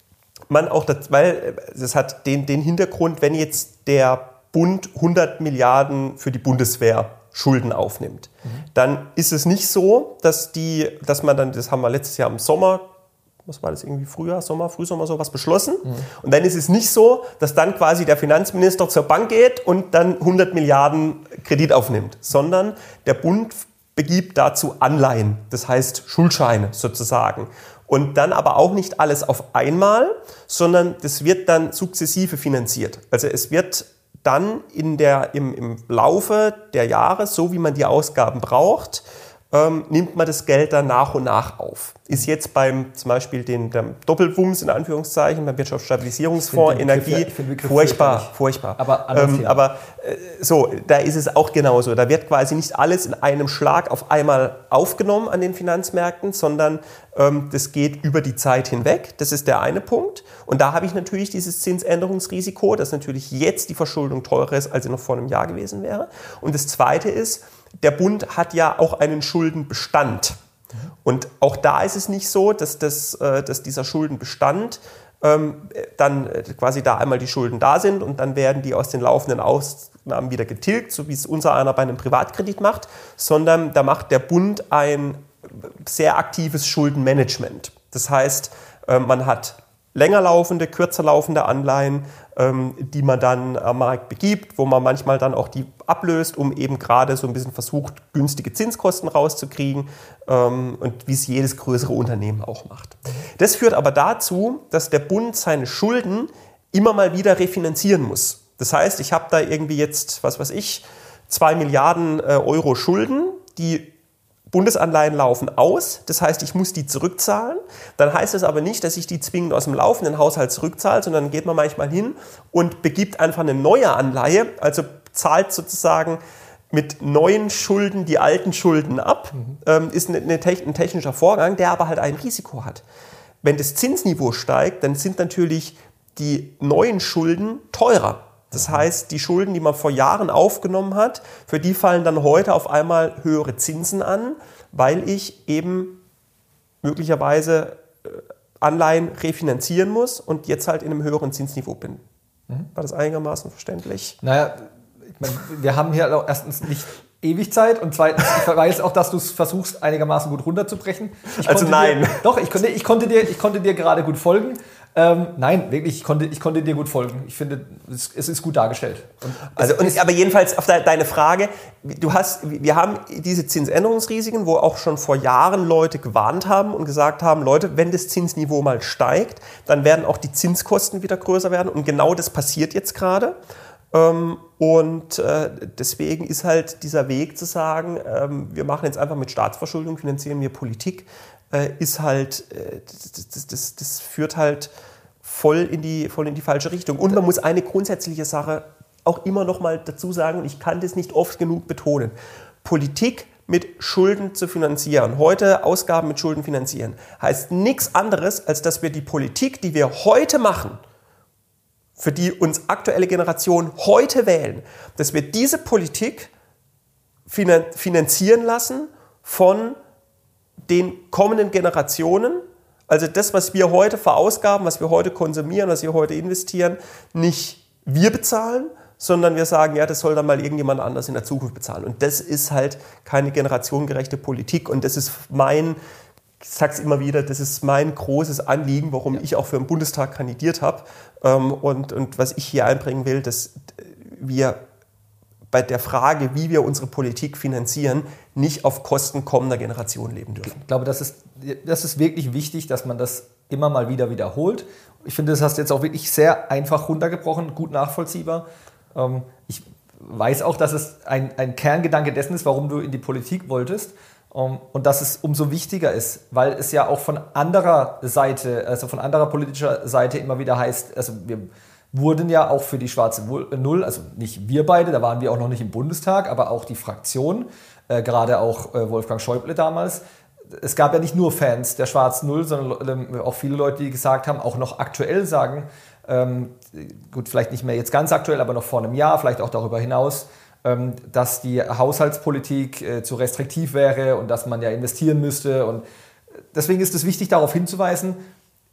man auch, das, weil das hat den, den Hintergrund, wenn jetzt der Bund hundert Milliarden für die Bundeswehr Schulden aufnimmt, mhm. dann ist es nicht so, dass die, dass man dann, das haben wir letztes Jahr im Sommer, was war das, irgendwie Frühjahr, Sommer, Frühsommer, sowas beschlossen. Mhm. Und dann ist es nicht so, dass dann quasi der Finanzminister zur Bank geht und dann hundert Milliarden Kredit aufnimmt, sondern der Bund begibt dazu Anleihen, das heißt Schuldscheine sozusagen. Und dann aber auch nicht alles auf einmal, sondern das wird dann sukzessive finanziert. Also es wird dann in der, im, im Laufe der Jahre, so wie man die Ausgaben braucht, ähm, nimmt man das Geld dann nach und nach auf. Ist jetzt beim zum Beispiel den, dem Doppelwumms in Anführungszeichen, beim Wirtschaftsstabilisierungsfonds, Energie, Begriff, furchtbar, furchtbar. Aber, ähm, aber äh, so, da ist es auch genauso. Da wird quasi nicht alles in einem Schlag auf einmal aufgenommen an den Finanzmärkten, sondern ähm, das geht über die Zeit hinweg. Das ist der eine Punkt. Und da habe ich natürlich dieses Zinsänderungsrisiko, dass natürlich jetzt die Verschuldung teurer ist, als sie noch vor einem Jahr gewesen wäre. Und das zweite ist, der Bund hat ja auch einen Schuldenbestand. Und auch da ist es nicht so, dass, das, dass dieser Schuldenbestand ähm, dann quasi da einmal die Schulden da sind und dann werden die aus den laufenden Ausnahmen wieder getilgt, so wie es unser einer bei einem Privatkredit macht, sondern da macht der Bund ein sehr aktives Schuldenmanagement. Das heißt, man hat länger laufende, kürzer laufende Anleihen, ähm, die man dann am Markt begibt, wo man manchmal dann auch die ablöst, um eben gerade so ein bisschen versucht, günstige Zinskosten rauszukriegen ähm, und wie es jedes größere Unternehmen auch macht. Das führt aber dazu, dass der Bund seine Schulden immer mal wieder refinanzieren muss. Das heißt, ich habe da irgendwie jetzt, was weiß ich, zwei Milliarden äh, Euro Schulden, die Bundesanleihen laufen aus, das heißt, ich muss die zurückzahlen. Dann heißt es aber nicht, dass ich die zwingend aus dem laufenden Haushalt zurückzahle, sondern geht man manchmal hin und begibt einfach eine neue Anleihe, also zahlt sozusagen mit neuen Schulden die alten Schulden ab. Mhm. Ähm, ist eine, eine, ein technischer Vorgang, der aber halt ein Risiko hat. Wenn das Zinsniveau steigt, dann sind natürlich die neuen Schulden teurer. Das heißt, die Schulden, die man vor Jahren aufgenommen hat, für die fallen dann heute auf einmal höhere Zinsen an, weil ich eben möglicherweise Anleihen refinanzieren muss und jetzt halt in einem höheren Zinsniveau bin. Mhm. War das einigermaßen verständlich? Naja, ich meine, wir haben hier auch erstens nicht ewig Zeit und zweitens, ich weiß auch, dass du es versuchst, einigermaßen gut runterzubrechen. Ich also nein. Dir, doch, ich konnte, ich, konnte dir, ich konnte dir gerade gut folgen. Ähm, nein, wirklich, ich konnte, ich konnte dir gut folgen. Ich finde, es, es ist gut dargestellt. Und also, und, aber jedenfalls auf de, deine Frage, du hast, wir haben diese Zinsänderungsrisiken, wo auch schon vor Jahren Leute gewarnt haben und gesagt haben, Leute, wenn das Zinsniveau mal steigt, dann werden auch die Zinskosten wieder größer werden und genau das passiert jetzt gerade. Ähm, und äh, deswegen ist halt dieser Weg zu sagen, ähm, wir machen jetzt einfach mit Staatsverschuldung, finanzieren wir Politik, ist halt, das, das, das, das führt halt voll in, die, voll in die falsche Richtung. Und man muss eine grundsätzliche Sache auch immer noch mal dazu sagen, und ich kann das nicht oft genug betonen, Politik mit Schulden zu finanzieren, heute Ausgaben mit Schulden finanzieren, heißt nichts anderes, als dass wir die Politik, die wir heute machen, für die uns aktuelle Generationen heute wählen, dass wir diese Politik finanzieren lassen von den kommenden Generationen, also das, was wir heute verausgaben, was wir heute konsumieren, was wir heute investieren, nicht wir bezahlen, sondern wir sagen, ja, das soll dann mal irgendjemand anders in der Zukunft bezahlen. Und das ist halt keine generationengerechte Politik und das ist mein, ich sage es immer wieder, das ist mein großes Anliegen, warum ja. ich auch für den Bundestag kandidiert habe und, und was ich hier einbringen will, dass wir bei der Frage, wie wir unsere Politik finanzieren, nicht auf Kosten kommender Generationen leben dürfen. Ich glaube, das ist, das ist wirklich wichtig, dass man das immer mal wieder wiederholt. Ich finde, das hast du jetzt auch wirklich sehr einfach runtergebrochen, gut nachvollziehbar. Ich weiß auch, dass es ein, ein Kerngedanke dessen ist, warum du in die Politik wolltest. Und dass es umso wichtiger ist, weil es ja auch von anderer Seite, also von anderer politischer Seite immer wieder heißt, also wir wurden ja auch für die schwarze Null, also nicht wir beide, da waren wir auch noch nicht im Bundestag, aber auch die Fraktion, äh, gerade auch äh, Wolfgang Schäuble damals. Es gab ja nicht nur Fans der schwarzen Null, sondern äh, auch viele Leute, die gesagt haben, auch noch aktuell sagen, ähm, gut, vielleicht nicht mehr jetzt ganz aktuell, aber noch vor einem Jahr, vielleicht auch darüber hinaus, ähm, dass die Haushaltspolitik äh, zu restriktiv wäre und dass man ja investieren müsste. Und deswegen ist es wichtig, darauf hinzuweisen,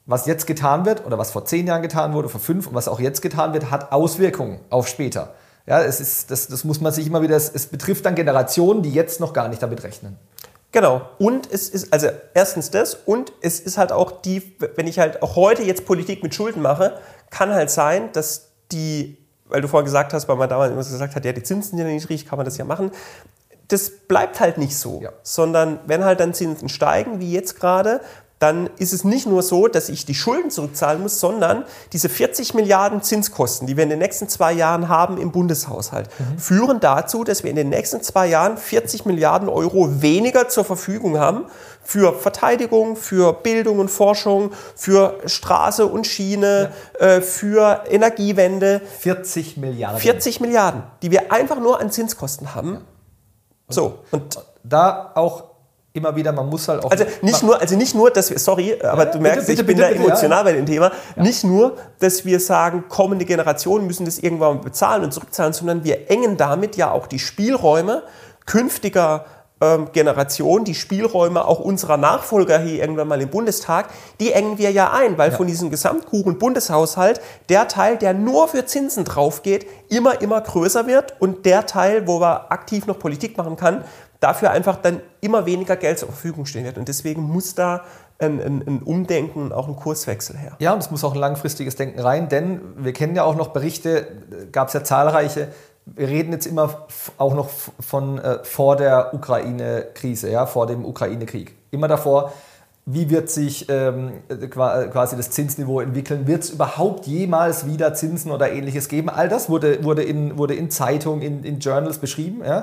was jetzt getan wird oder was vor zehn Jahren getan wurde, vor fünf und was auch jetzt getan wird, hat Auswirkungen auf später. Ja, es ist, das, das muss man sich immer wieder, es, es betrifft dann Generationen, die jetzt noch gar nicht damit rechnen. Genau. Und es ist, also erstens das und es ist halt auch die, wenn ich halt auch heute jetzt Politik mit Schulden mache, kann halt sein, dass die, weil du vorhin gesagt hast, weil man damals immer gesagt hat, ja, die Zinsen sind ja niedrig, kann man das ja machen. Das bleibt halt nicht so, ja. Sondern wenn halt dann Zinsen steigen, wie jetzt gerade, dann ist es nicht nur so, dass ich die Schulden zurückzahlen muss, sondern diese vierzig Milliarden Zinskosten, die wir in den nächsten zwei Jahren haben im Bundeshaushalt, mhm. führen dazu, dass wir in den nächsten zwei Jahren vierzig Milliarden Euro weniger zur Verfügung haben für Verteidigung, für Bildung und Forschung, für Straße und Schiene, ja. äh, für Energiewende. vierzig Milliarden. vierzig Milliarden, die wir einfach nur an Zinskosten haben. Ja. So, und da auch immer wieder, man muss halt auch... Also nicht nur, also nicht nur, dass wir, sorry, aber ja, du merkst, bitte, bitte, ich bin bitte, da bitte, emotional ja, bei dem Thema, ja. Nicht nur, dass wir sagen, kommende Generationen müssen das irgendwann mal bezahlen und zurückzahlen, sondern wir engen damit ja auch die Spielräume künftiger ähm, Generationen, die Spielräume auch unserer Nachfolger hier irgendwann mal im Bundestag, die engen wir ja ein, weil ja. von diesem Gesamtkuchen Bundeshaushalt der Teil, der nur für Zinsen drauf geht, immer, immer größer wird und der Teil, wo wir aktiv noch Politik machen kann, dafür einfach dann immer weniger Geld zur Verfügung stehen wird. Und deswegen muss da ein, ein, ein Umdenken und auch ein Kurswechsel her. Ja, und es muss auch ein langfristiges Denken rein, denn wir kennen ja auch noch Berichte, gab es ja zahlreiche, wir reden jetzt immer auch noch von äh, vor der Ukraine-Krise, ja, vor dem Ukraine-Krieg. Immer davor, wie wird sich ähm, quasi das Zinsniveau entwickeln? Wird es überhaupt jemals wieder Zinsen oder Ähnliches geben? All das wurde, wurde, in, wurde in Zeitungen, in, in Journals beschrieben, ja.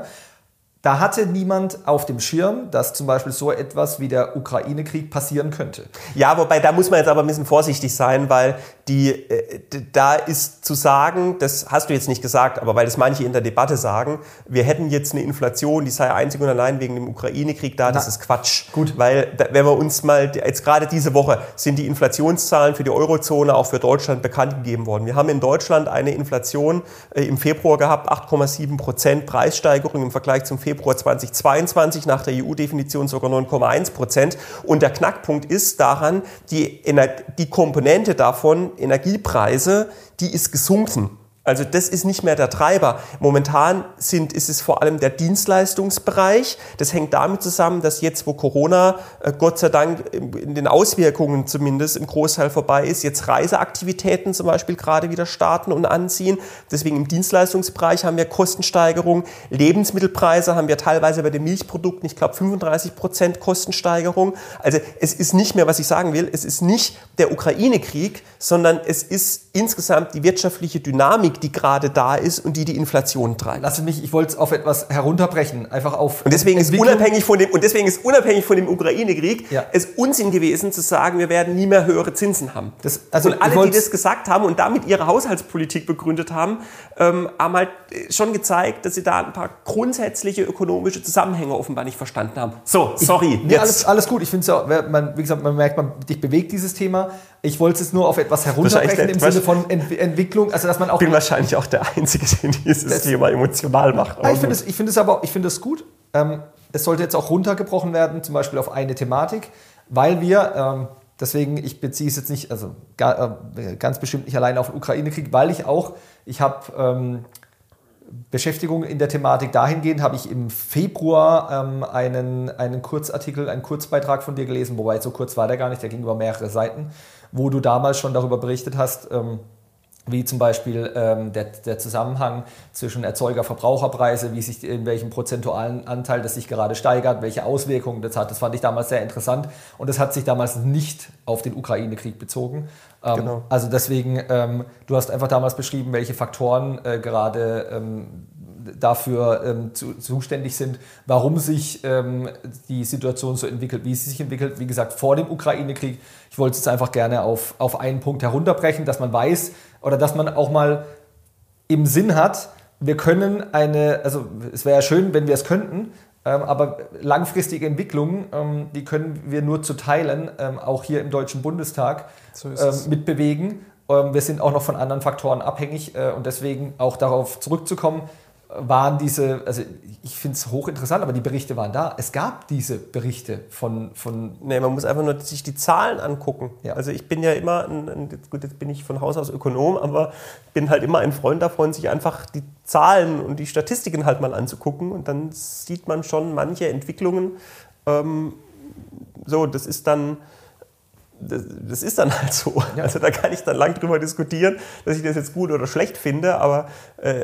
Da hatte niemand auf dem Schirm, dass zum Beispiel so etwas wie der Ukraine-Krieg passieren könnte. Ja, wobei da muss man jetzt aber ein bisschen vorsichtig sein, weil die, äh, da ist zu sagen, das hast du jetzt nicht gesagt, aber weil das manche in der Debatte sagen, wir hätten jetzt eine Inflation, die sei einzig und allein wegen dem Ukraine-Krieg da, das Na, ist Quatsch. Gut. Weil wenn wir uns mal, jetzt gerade diese Woche sind die Inflationszahlen für die Eurozone, auch für Deutschland bekannt gegeben worden. Wir haben in Deutschland eine Inflation äh, im Februar gehabt, acht Komma sieben Prozent Preissteigerung im Vergleich zum Februar zweitausendzweiundzwanzig, nach der E U-Definition sogar neun Komma eins Prozent. Und der Knackpunkt ist daran, die, die Komponente davon, Energiepreise, die ist gesunken. Also das ist nicht mehr der Treiber. Momentan sind, ist es vor allem der Dienstleistungsbereich. Das hängt damit zusammen, dass jetzt, wo Corona äh, Gott sei Dank in den Auswirkungen zumindest im Großteil vorbei ist, jetzt Reiseaktivitäten zum Beispiel gerade wieder starten und anziehen. Deswegen im Dienstleistungsbereich haben wir Kostensteigerung. Lebensmittelpreise haben wir teilweise bei den Milchprodukten, ich glaube fünfunddreißig Prozent Kostensteigerung. Also es ist nicht mehr, was ich sagen will, es ist nicht der Ukraine-Krieg, sondern es ist insgesamt die wirtschaftliche Dynamik, die gerade da ist und die die Inflation treibt. Lass mich, ich wollte es auf etwas herunterbrechen, einfach auf und deswegen ist unabhängig von dem und deswegen ist unabhängig von dem Ukraine-Krieg ja. es Unsinn gewesen zu sagen, wir werden nie mehr höhere Zinsen haben. Das, also und alle, die das gesagt haben und damit ihre Haushaltspolitik begründet haben, ähm, haben halt schon gezeigt, dass sie da ein paar grundsätzliche ökonomische Zusammenhänge offenbar nicht verstanden haben. So, sorry. Ich, nee, alles, alles gut. Ich finde es ja, man, wie gesagt, man merkt, man dich bewegt dieses Thema. Ich wollte es nur auf etwas herunterbrechen im Sinne von Ent- Entwicklung, also dass man auch. Ich bin wahrscheinlich auch der Einzige, der dieses das, Thema emotional macht. Ich finde es, ich finde es aber, ich finde es gut. Ähm, es sollte jetzt auch runtergebrochen werden, zum Beispiel auf eine Thematik, weil wir, ähm, deswegen, ich beziehe es jetzt nicht, also ga, äh, ganz bestimmt nicht allein auf den Ukraine-Krieg, weil ich auch, ich habe ähm, Beschäftigung in der Thematik dahingehend, habe ich im Februar ähm, einen, einen Kurzartikel, einen Kurzbeitrag von dir gelesen, wobei so kurz war der gar nicht, der ging über mehrere Seiten, wo du damals schon darüber berichtet hast, ähm, wie zum Beispiel ähm, der, der Zusammenhang zwischen Erzeuger-Verbraucherpreise, wie sich in welchem prozentualen Anteil das sich gerade steigert, welche Auswirkungen das hat. Das fand ich damals sehr interessant und das hat sich damals nicht auf den Ukraine-Krieg bezogen. Ähm, genau. Also deswegen, ähm, du hast einfach damals beschrieben, welche Faktoren äh, gerade ähm, dafür ähm, zu, zuständig sind, warum sich ähm, die Situation so entwickelt, wie sie sich entwickelt. Wie gesagt, vor dem Ukraine-Krieg. Ich wollte es jetzt einfach gerne auf, auf einen Punkt herunterbrechen, dass man weiß oder dass man auch mal im Sinn hat, wir können eine, also es wäre ja schön, wenn wir es könnten, ähm, aber langfristige Entwicklungen, ähm, die können wir nur zu Teilen, ähm, auch hier im Deutschen Bundestag, so ähm, mitbewegen. Ähm, wir sind auch noch von anderen Faktoren abhängig äh, und deswegen auch darauf zurückzukommen, waren diese, also ich finde es hochinteressant, aber die Berichte waren da. Es gab diese Berichte von... von nee, man muss einfach nur sich die Zahlen angucken. Ja. Also ich bin ja immer, ein, ein, gut, jetzt bin ich von Haus aus Ökonom, aber bin halt immer ein Freund davon, sich einfach die Zahlen und die Statistiken halt mal anzugucken. Und dann sieht man schon manche Entwicklungen. Ähm, so, das ist dann... Das, das ist dann halt so. Ja. Also da kann ich dann lang drüber diskutieren, dass ich das jetzt gut oder schlecht finde, aber... Äh,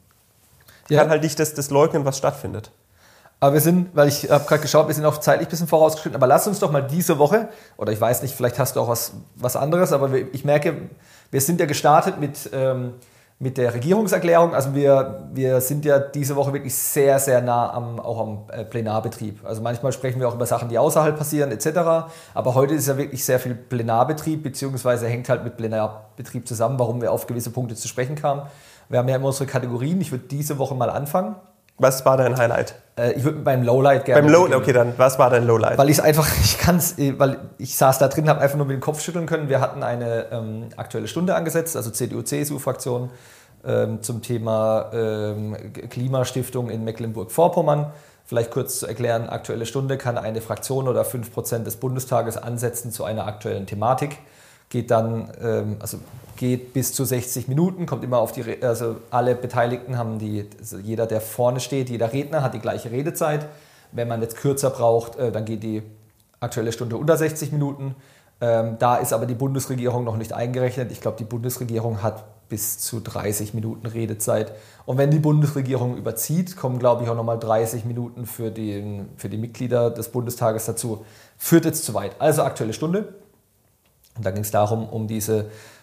Ich ja. kann halt nicht das, das leugnen, was stattfindet. Aber wir sind, weil ich habe gerade geschaut, wir sind auch zeitlich ein bisschen vorausgeschritten, aber lass uns doch mal diese Woche, oder ich weiß nicht, vielleicht hast du auch was, was anderes, aber wir, ich merke, wir sind ja gestartet mit, ähm, mit der Regierungserklärung. Also wir, wir sind ja diese Woche wirklich sehr, sehr nah am, auch am äh, Plenarbetrieb. Also manchmal sprechen wir auch über Sachen, die außerhalb passieren et cetera. Aber heute ist ja wirklich sehr viel Plenarbetrieb, beziehungsweise hängt halt mit Plenarbetrieb zusammen, warum wir auf gewisse Punkte zu sprechen kamen. Wir haben ja immer unsere Kategorien. Ich würde diese Woche mal anfangen. Was war dein Highlight? Äh, ich würde mit meinem Lowlight gerne. Beim Lowlight, okay, dann was war dein Lowlight? Weil ich es einfach, ich kann es, weil ich saß da drin, habe einfach nur mit dem Kopf schütteln können. Wir hatten eine ähm, Aktuelle Stunde angesetzt, also C D U-C S U-Fraktion ähm, zum Thema ähm, Klimastiftung in Mecklenburg-Vorpommern. Vielleicht kurz zu erklären: Aktuelle Stunde kann eine Fraktion oder fünf Prozent des Bundestages ansetzen zu einer aktuellen Thematik. Geht dann, ähm, also geht bis zu sechzig Minuten, kommt immer auf die, Re- also alle Beteiligten haben die, also jeder, der vorne steht, jeder Redner hat die gleiche Redezeit. Wenn man jetzt kürzer braucht, äh, dann geht die Aktuelle Stunde unter sechzig Minuten. Ähm, da ist aber die Bundesregierung noch nicht eingerechnet. Ich glaube, die Bundesregierung hat bis zu dreißig Minuten Redezeit. Und wenn die Bundesregierung überzieht, kommen, glaube ich, auch nochmal dreißig Minuten für, den, für die Mitglieder des Bundestages dazu. Führt jetzt zu weit. Also Aktuelle Stunde. Und da ging es darum, um diese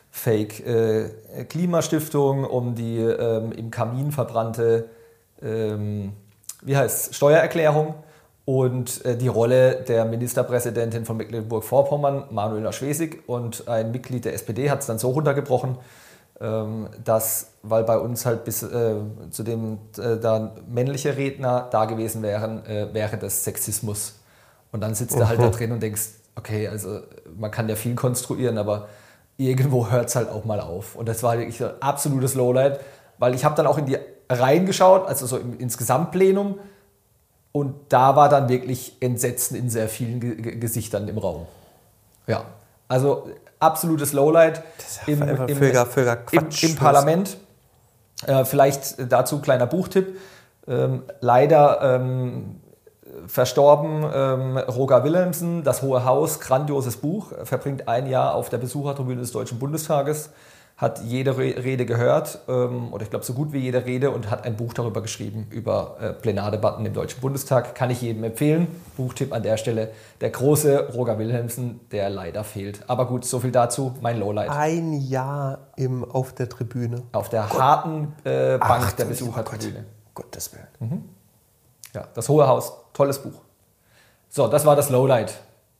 Fake-Klimastiftung, äh, um die ähm, im Kamin verbrannte ähm, wie heißt, Steuererklärung und äh, die Rolle der Ministerpräsidentin von Mecklenburg-Vorpommern, Manuela Schwesig, und ein Mitglied der S P D hat es dann so runtergebrochen, ähm, dass, weil bei uns halt bis äh, zu dem äh, da männliche Redner da gewesen wären, äh, wäre das Sexismus. Und dann sitzt er halt da drin und denkst, okay, also man kann ja viel konstruieren, aber irgendwo hört es halt auch mal auf. Und das war wirklich ein absolutes Lowlight, weil ich habe dann auch in die Reihen geschaut, also so im, ins Gesamtplenum, und da war dann wirklich Entsetzen in sehr vielen Ge- Ge- Gesichtern im Raum. Ja, also absolutes Lowlight im, im, Völker, Völker im, im Parlament. Äh, vielleicht dazu kleiner Buchtipp. Ähm, leider ähm, verstorben ähm, Roger Wilhelmsen, Das Hohe Haus, grandioses Buch, verbringt ein Jahr auf der Besuchertribüne des Deutschen Bundestages, hat jede Re- Rede gehört, ähm, oder ich glaube so gut wie jede Rede, und hat ein Buch darüber geschrieben, über äh, Plenardebatten im Deutschen Bundestag. Kann ich jedem empfehlen. Buchtipp an der Stelle. Der große Roger Wilhelmsen, der leider fehlt. Aber gut, so viel dazu, mein Lowlight. Ein Jahr im, auf der Tribüne. Auf der Gott. harten äh, Bank Ach, der Besuchertribüne. Oh Gottes Willen. Mhm. Ja, Das Hohe Haus, tolles Buch. So, das war das Lowlight.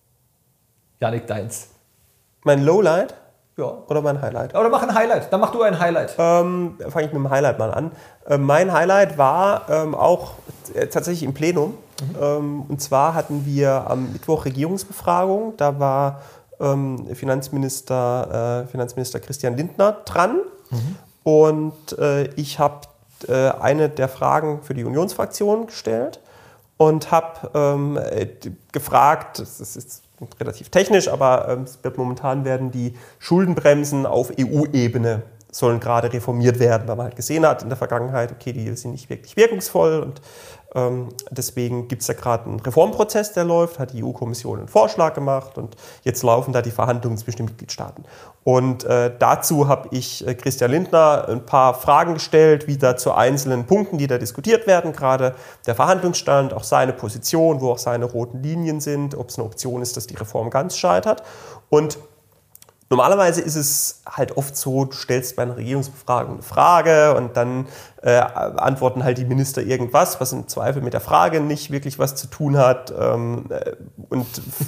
Jannik, deins. Mein Lowlight? Ja. Oder mein Highlight? Oder mach ein Highlight. Dann mach du ein Highlight. Ähm, fange ich mit dem Highlight mal an. Äh, mein Highlight war ähm, auch äh, tatsächlich im Plenum. Mhm. Ähm, und zwar hatten wir am Mittwoch Regierungsbefragung. Da war ähm, Finanzminister, äh, Finanzminister Christian Lindner dran. Mhm. Und äh, ich habe äh, eine der Fragen für die Unionsfraktion gestellt und habe ähm, gefragt, das ist relativ technisch, aber ähm, es wird momentan werden die Schuldenbremsen auf E U-Ebene sollen gerade reformiert werden, weil man halt gesehen hat in der Vergangenheit, okay, die sind nicht wirklich wirkungsvoll, und ähm, deswegen gibt es da gerade einen Reformprozess, der läuft, hat die E U-Kommission einen Vorschlag gemacht, und jetzt laufen da die Verhandlungen zwischen den Mitgliedstaaten. Und äh, dazu habe ich äh, Christian Lindner ein paar Fragen gestellt, wie da zu einzelnen Punkten, die da diskutiert werden, gerade der Verhandlungsstand, auch seine Position, wo auch seine roten Linien sind, ob es eine Option ist, dass die Reform ganz scheitert. Und normalerweise ist es halt oft so, du stellst bei einer Regierungsbefragung eine Frage und dann äh, antworten halt die Minister irgendwas, was im Zweifel mit der Frage nicht wirklich was zu tun hat. Ähm, und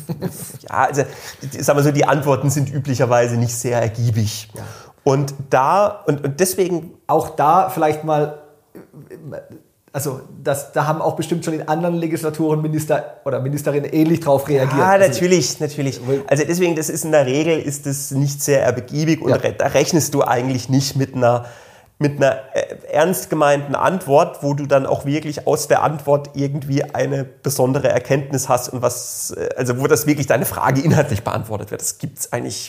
ja, also sagen wir so, die Antworten sind üblicherweise nicht sehr ergiebig. Ja. Und da, und, und deswegen... Auch da vielleicht mal... Also das, da haben auch bestimmt schon in anderen Legislaturen Minister oder Ministerinnen ähnlich drauf reagiert. Ja, natürlich, natürlich. Also deswegen, das ist in der Regel ist das nicht sehr ergiebig, und ja. da rechnest du eigentlich nicht mit einer mit einer äh, ernst gemeinten Antwort, wo du dann auch wirklich aus der Antwort irgendwie eine besondere Erkenntnis hast und was, äh, also wo das wirklich deine Frage inhaltlich beantwortet wird. Das gibt es eigentlich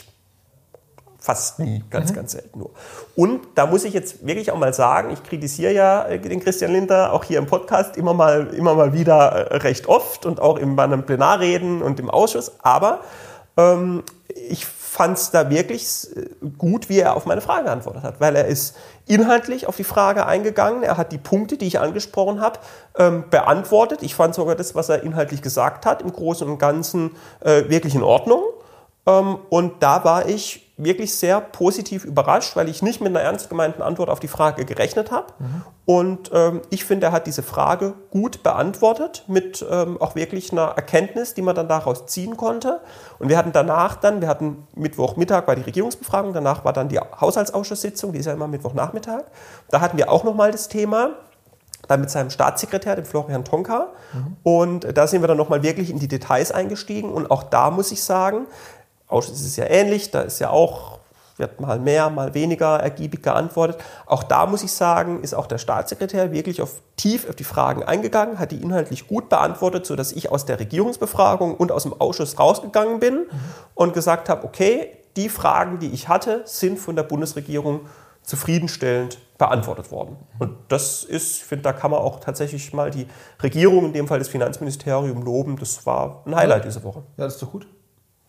fast nie, ganz, mhm. ganz selten nur. Und da muss ich jetzt wirklich auch mal sagen, ich kritisiere ja den Christian Lindner auch hier im Podcast immer mal, immer mal wieder recht oft und auch in meinen Plenarreden und im Ausschuss, aber ähm, ich fand es da wirklich gut, wie er auf meine Frage geantwortet hat, weil er ist inhaltlich auf die Frage eingegangen, er hat die Punkte, die ich angesprochen habe, ähm, beantwortet. Ich fand sogar das, was er inhaltlich gesagt hat, im Großen und Ganzen äh, wirklich in Ordnung. Ähm, und da war ich wirklich sehr positiv überrascht, weil ich nicht mit einer ernst gemeinten Antwort auf die Frage gerechnet habe. Mhm. Und ähm, ich finde, er hat diese Frage gut beantwortet mit ähm, auch wirklich einer Erkenntnis, die man dann daraus ziehen konnte. Und wir hatten danach dann, wir hatten Mittwochmittag war die Regierungsbefragung, danach war dann die Haushaltsausschusssitzung, die ist ja immer Mittwochnachmittag. Da hatten wir auch nochmal das Thema, dann mit seinem Staatssekretär, dem Florian Tonka. Mhm. Und da sind wir dann nochmal wirklich in die Details eingestiegen. Und auch da muss ich sagen, Ausschuss ist es ja ähnlich, da ist ja auch, wird mal mehr, mal weniger ergiebig geantwortet. Auch da muss ich sagen, ist auch der Staatssekretär wirklich auf, tief auf die Fragen eingegangen, hat die inhaltlich gut beantwortet, sodass ich aus der Regierungsbefragung und aus dem Ausschuss rausgegangen bin mhm. und gesagt habe, okay, die Fragen, die ich hatte, sind von der Bundesregierung zufriedenstellend beantwortet worden. Und das ist, ich finde, da kann man auch tatsächlich mal die Regierung, in dem Fall das Finanzministerium, loben. Das war ein Highlight ja. diese Woche. Ja, das ist doch gut.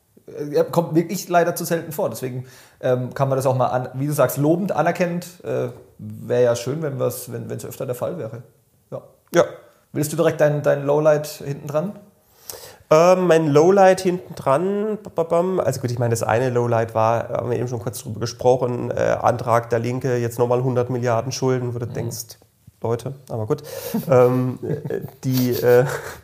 Kommt wirklich leider zu selten vor. Deswegen ähm, kann man das auch mal, an, wie du sagst, lobend, anerkennend. Äh, wäre ja schön, wenn es wenn, öfter der Fall wäre. Ja. ja. Willst du direkt dein, dein Lowlight hinten dran? Ähm, mein Lowlight hinten dran, also gut, ich meine, das eine Lowlight war, haben wir eben schon kurz drüber gesprochen, äh, Antrag der Linke, jetzt nochmal hundert Milliarden Schulden, wo du mhm. denkst, Leute, aber gut. ähm, die... Äh,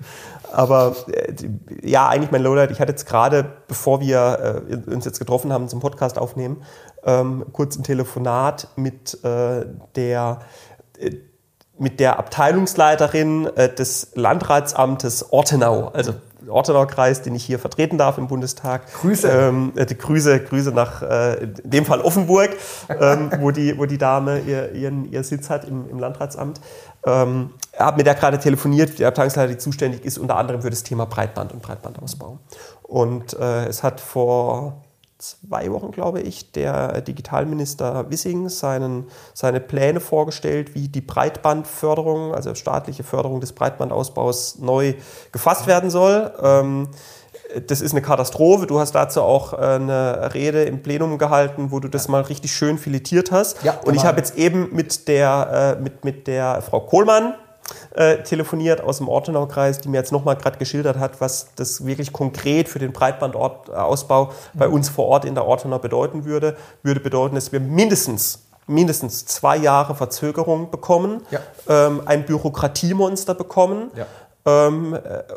Aber äh, ja, eigentlich mein Lowlight, ich hatte jetzt gerade, bevor wir äh, uns jetzt getroffen haben zum Podcast aufnehmen, ähm, kurz ein Telefonat mit, äh, der, äh, mit der Abteilungsleiterin äh, des Landratsamtes Ortenau, also Ortenau-Kreis, den ich hier vertreten darf im Bundestag. Grüße. Ähm, äh, die Grüße, Grüße nach, äh, in dem Fall Offenburg, ähm, wo, die, wo die Dame ihr, ihren, ihr Sitz hat im, im Landratsamt. Ähm, Ich habe mit der gerade telefoniert, die Abteilungsleiterin, die zuständig ist, unter anderem für das Thema Breitband und Breitbandausbau. Und äh, es hat vor zwei Wochen, glaube ich, der Digitalminister Wissing seinen, seine Pläne vorgestellt, wie die Breitbandförderung, also staatliche Förderung des Breitbandausbaus neu gefasst werden soll. Ähm, Das ist eine Katastrophe. Du hast dazu auch eine Rede im Plenum gehalten, wo du das mal richtig schön filetiert hast. Ja, und ich habe jetzt eben mit der, mit, mit der Frau Kohlmann äh, telefoniert aus dem Ortenau-Kreis, die mir jetzt nochmal gerade geschildert hat, was das wirklich konkret für den Breitbandausbau mhm. bei uns vor Ort in der Ortenau bedeuten würde. Würde bedeuten, dass wir mindestens mindestens zwei Jahre Verzögerung bekommen, ja. ähm, ein Bürokratiemonster bekommen. Ja. Ähm,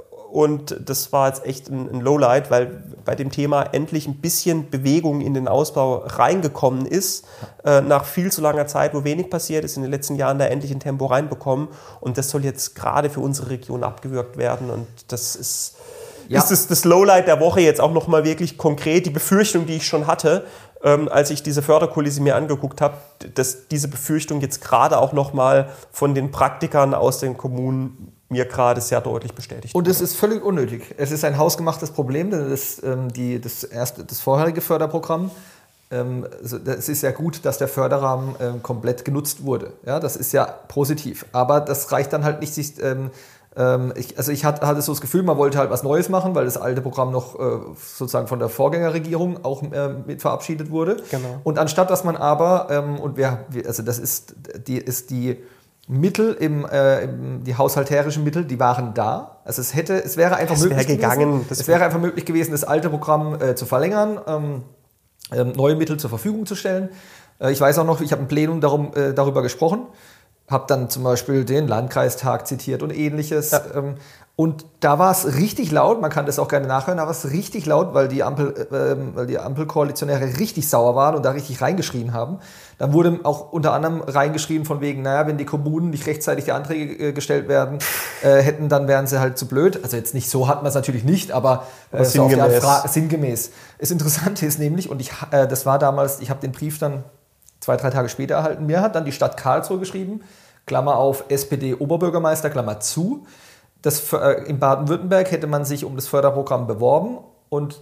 Und das war jetzt echt ein, ein Lowlight, weil bei dem Thema endlich ein bisschen Bewegung in den Ausbau reingekommen ist. Äh, nach viel zu langer Zeit, wo wenig passiert ist, in den letzten Jahren da endlich ein Tempo reinbekommen. Und das soll jetzt gerade für unsere Region abgewürgt werden. Und das ist, ja. ist das, das Lowlight der Woche jetzt auch nochmal wirklich konkret. Die Befürchtung, die ich schon hatte, ähm, als ich diese Förderkulisse mir angeguckt habe, dass diese Befürchtung jetzt gerade auch nochmal von den Praktikern aus den Kommunen mir gerade sehr deutlich bestätigt. Und es ist völlig unnötig. Es ist ein hausgemachtes Problem, denn das, ähm, die, das, erste, das vorherige Förderprogramm, ähm, also es ist ja gut, dass der Förderrahmen ähm, komplett genutzt wurde. Ja, das ist ja positiv. Aber das reicht dann halt nicht, sich, ähm, ähm, ich, also ich hatte, hatte so das Gefühl, man wollte halt was Neues machen, weil das alte Programm noch äh, sozusagen von der Vorgängerregierung auch äh, mit verabschiedet wurde. Genau. Und anstatt, dass man aber, ähm, und wir, also das ist die, ist die Mittel, im, äh, im, die haushalterischen Mittel, die waren da. Also es hätte, es wäre einfach das möglich wär gegangen, gewesen, das es wäre einfach möglich gewesen, das alte Programm äh, zu verlängern, ähm, äh, neue Mittel zur Verfügung zu stellen. Äh, ich weiß auch noch, ich habe im Plenum darum, äh, darüber gesprochen, habe dann zum Beispiel den Landkreistag zitiert und ähnliches. Ja. Ähm, und da war es richtig laut, man kann das auch gerne nachhören, da war es richtig laut, weil die Ampel, äh, weil die Ampelkoalitionäre richtig sauer waren und da richtig reingeschrien haben. Dann wurde auch unter anderem reingeschrien von wegen, naja, wenn die Kommunen nicht rechtzeitig die Anträge äh, gestellt werden, äh, hätten, dann wären sie halt zu blöd. Also jetzt nicht so hat man es natürlich nicht, aber, äh, aber sinngemäß. So Fra- sinngemäß. Das Interessante ist nämlich, und ich, äh, das war damals, ich habe den Brief dann zwei, drei Tage später erhalten. Mir hat dann die Stadt Karlsruhe geschrieben, Klammer auf, S P D-Oberbürgermeister, Klammer zu. Das, äh, in Baden-Württemberg hätte man sich um das Förderprogramm beworben und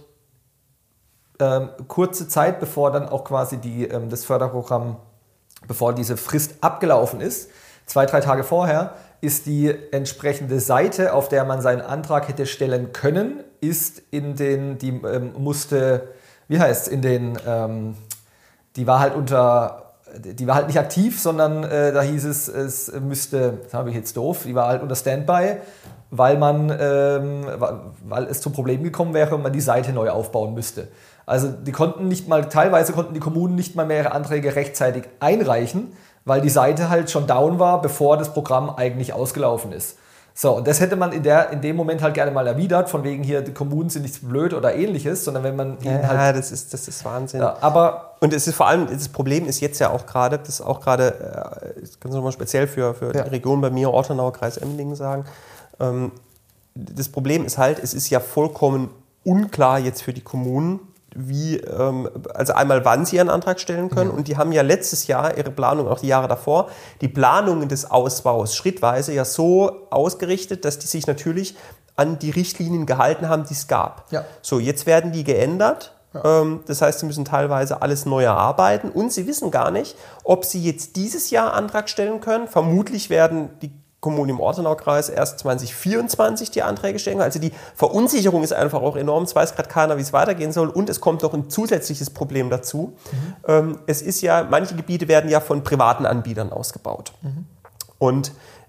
ähm, kurze Zeit, bevor dann auch quasi die, ähm, das Förderprogramm, bevor diese Frist abgelaufen ist, zwei, drei Tage vorher, ist die entsprechende Seite, auf der man seinen Antrag hätte stellen können, ist in den, die ähm, musste, wie heißt es, in den, ähm, die war halt unter, die war halt nicht aktiv, sondern äh, da hieß es, es müsste, das habe ich jetzt doof, die war halt unter Standby, weil man, ähm, weil es zu Problemen gekommen wäre und man die Seite neu aufbauen müsste. Also die konnten nicht mal, teilweise konnten die Kommunen nicht mal mehr ihre Anträge rechtzeitig einreichen, weil die Seite halt schon down war, bevor das Programm eigentlich ausgelaufen ist. So, und das hätte man in, der, in dem Moment halt gerne mal erwidert, von wegen hier, die Kommunen sind nicht blöd oder ähnliches, sondern wenn man ihnen ja, halt... Ja, das ist, das ist Wahnsinn. Ja, aber... Und es ist vor allem, das Problem ist jetzt ja auch gerade, das ist auch gerade, das kann ich nochmal speziell für, für ja. die Region bei mir, Ortenau, Kreis Emmendingen sagen, ähm, das Problem ist halt, es ist ja vollkommen unklar jetzt für die Kommunen, wie, ähm, also einmal wann sie ihren Antrag stellen können mhm. und die haben ja letztes Jahr ihre Planung, auch die Jahre davor, die Planungen des Ausbaus schrittweise ja so ausgerichtet, dass die sich natürlich an die Richtlinien gehalten haben, die es gab. Ja. So, jetzt werden die geändert, ja. ähm, das heißt, sie müssen teilweise alles neu erarbeiten und sie wissen gar nicht, ob sie jetzt dieses Jahr Antrag stellen können. Vermutlich werden die Kommunen im Ortenaukreis erst zwanzig vierundzwanzig die Anträge stellen. Also die Verunsicherung ist einfach auch enorm. Es weiß gerade keiner, wie es weitergehen soll. Und es kommt noch ein zusätzliches Problem dazu. Mhm. Ähm, es ist ja, manche Gebiete werden ja von privaten Anbietern ausgebaut. Mhm. Und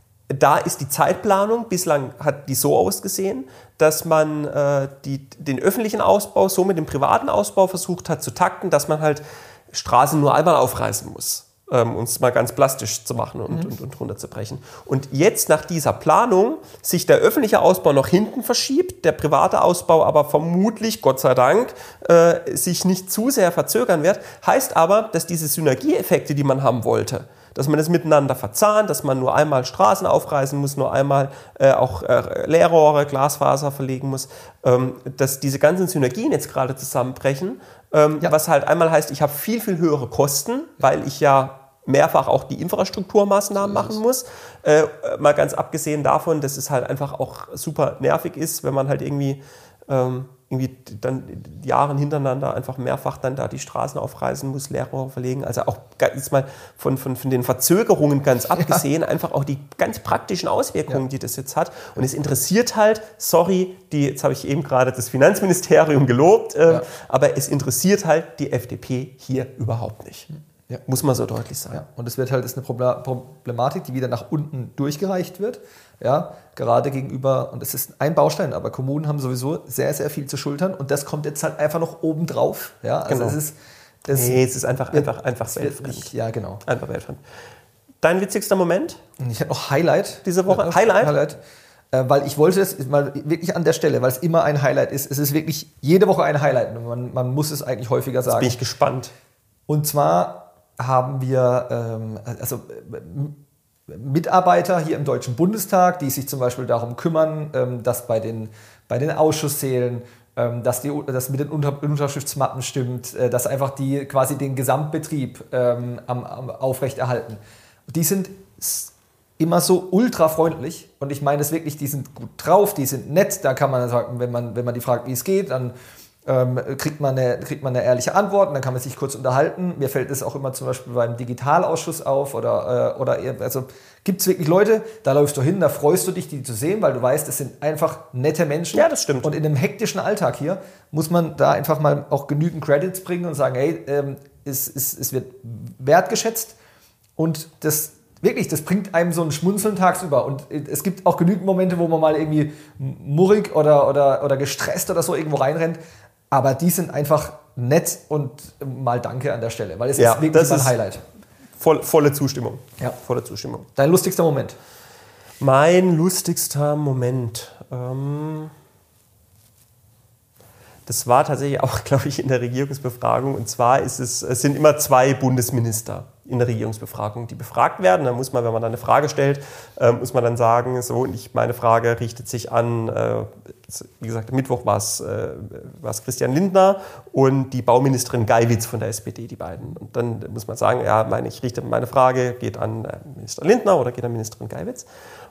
da ist die Zeitplanung, bislang hat die so ausgesehen, dass man äh, die, den öffentlichen Ausbau so mit dem privaten Ausbau versucht hat zu takten, dass man halt Straßen nur einmal aufreißen muss. Um es mal ganz plastisch zu machen und, mhm. und, und runterzubrechen. Und jetzt nach dieser Planung sich der öffentliche Ausbau nach hinten verschiebt, der private Ausbau aber vermutlich, Gott sei Dank, äh, sich nicht zu sehr verzögern wird, heißt aber, dass diese Synergieeffekte, die man haben wollte, dass man das miteinander verzahnt, dass man nur einmal Straßen aufreißen muss, nur einmal äh, auch äh, Leerrohre, Glasfaser verlegen muss, ähm, dass diese ganzen Synergien jetzt gerade zusammenbrechen, ähm, ja. was halt einmal heißt, ich habe viel, viel höhere Kosten, weil ich ja mehrfach auch die Infrastrukturmaßnahmen machen muss. Äh, mal ganz abgesehen davon, dass es halt einfach auch super nervig ist, wenn man halt irgendwie, ähm, irgendwie dann Jahre hintereinander einfach mehrfach dann da die Straßen aufreißen muss, Leerrohre verlegen. Also auch jetzt mal von, von, von den Verzögerungen ganz abgesehen, ja. einfach auch die ganz praktischen Auswirkungen, ja. die das jetzt hat. Und es interessiert halt, sorry, die, jetzt habe ich eben gerade das Finanzministerium gelobt, äh, ja. aber es interessiert halt die F D P hier überhaupt nicht. Ja. Muss man so deutlich sagen. Ja. Und es wird halt, ist eine Problematik, die wieder nach unten durchgereicht wird. Ja, gerade gegenüber, und es ist ein Baustein, aber Kommunen haben sowieso sehr, sehr viel zu schultern und das kommt jetzt halt einfach noch oben drauf. Ja, also genau. es ist, es nee, es ist einfach, wird, einfach, einfach weltfremd. Ja, genau. Einfach weltfremd. Dein witzigster Moment? Ich habe noch Highlight. Diese Woche? Ja, Highlight? Highlight. Äh, weil ich wollte es mal wirklich an der Stelle, weil es immer ein Highlight ist. Es ist wirklich jede Woche ein Highlight. Man, man muss es eigentlich häufiger sagen. Jetzt bin ich gespannt. Und zwar haben wir ähm, also Mitarbeiter hier im Deutschen Bundestag, die sich zum Beispiel darum kümmern, ähm, dass bei den, bei den Ausschusssälen, ähm, dass, die, dass mit den Unter- Unterschriftsmappen stimmt, äh, dass einfach die quasi den Gesamtbetrieb ähm, am, am aufrechterhalten. Die sind immer so ultra freundlich und ich meine es wirklich, die sind gut drauf, die sind nett, da kann man sagen, wenn man, wenn man die fragt, wie es geht, dann Ähm, kriegt, man eine, kriegt man eine ehrliche Antwort und dann kann man sich kurz unterhalten. Mir fällt es auch immer zum Beispiel beim Digitalausschuss auf oder, äh, oder also gibt es wirklich Leute, da läufst du hin, da freust du dich, die zu sehen, weil du weißt, es sind einfach nette Menschen. Ja, das stimmt. Und in einem hektischen Alltag hier muss man da einfach mal auch genügend Credits bringen und sagen, hey, ähm, es, es, es wird wertgeschätzt und das wirklich, das bringt einem so ein Schmunzeln tagsüber. Und es gibt auch genügend Momente, wo man mal irgendwie murrig oder, oder, oder gestresst oder so irgendwo reinrennt. Aber die sind einfach nett und mal danke an der Stelle, weil es ja, ist wirklich das ein Highlight. Voll, volle Zustimmung. Ja. Volle Zustimmung. Dein lustigster Moment? Mein lustigster Moment. Ähm, das war tatsächlich auch, glaube ich, in der Regierungsbefragung. Und zwar ist es, es sind immer zwei Bundesminister in der Regierungsbefragung, die befragt werden. Dann muss man, wenn man dann eine Frage stellt, äh, muss man dann sagen, so, und ich, meine Frage richtet sich an äh, wie gesagt, Mittwoch war es äh, Christian Lindner und die Bauministerin Geiwitz von der S P D, die beiden. Und dann muss man sagen, ja, meine, ich richte meine Frage, geht an Minister Lindner oder geht an Ministerin Geiwitz.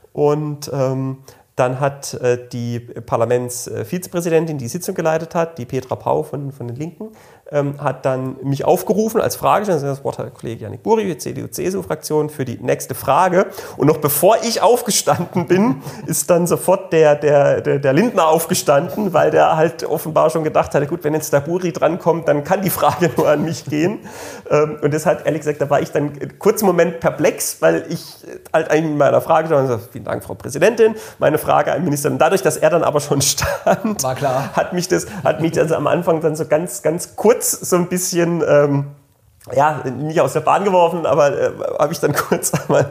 Und ähm, dann hat äh, die Parlamentsvizepräsidentin, die Sitzung geleitet hat, die Petra Pau von, von den Linken, ähm, hat dann mich aufgerufen als Fragesteller, das Wort hat der Kollege Yannick Buri, C D U C S U-Fraktion, für die nächste Frage. Und noch bevor ich aufgestanden bin, ist dann sofort der, der, der, der Lindner aufgestanden, weil der halt offenbar schon gedacht hatte, gut, wenn jetzt der Buri drankommt, dann kann die Frage nur an mich gehen. Ähm, und deshalb, ehrlich gesagt, da war ich dann einen kurzen Moment perplex, weil ich halt eigentlich in meiner Frage stand und sagte, vielen Dank, Frau Präsidentin, meine Frage an den Minister. Und dadurch, dass er dann aber schon stand, war klar. hat mich das, hat mich also am Anfang dann so ganz, ganz kurz so ein bisschen, ähm, ja, nicht aus der Bahn geworfen, aber äh, habe ich dann kurz einmal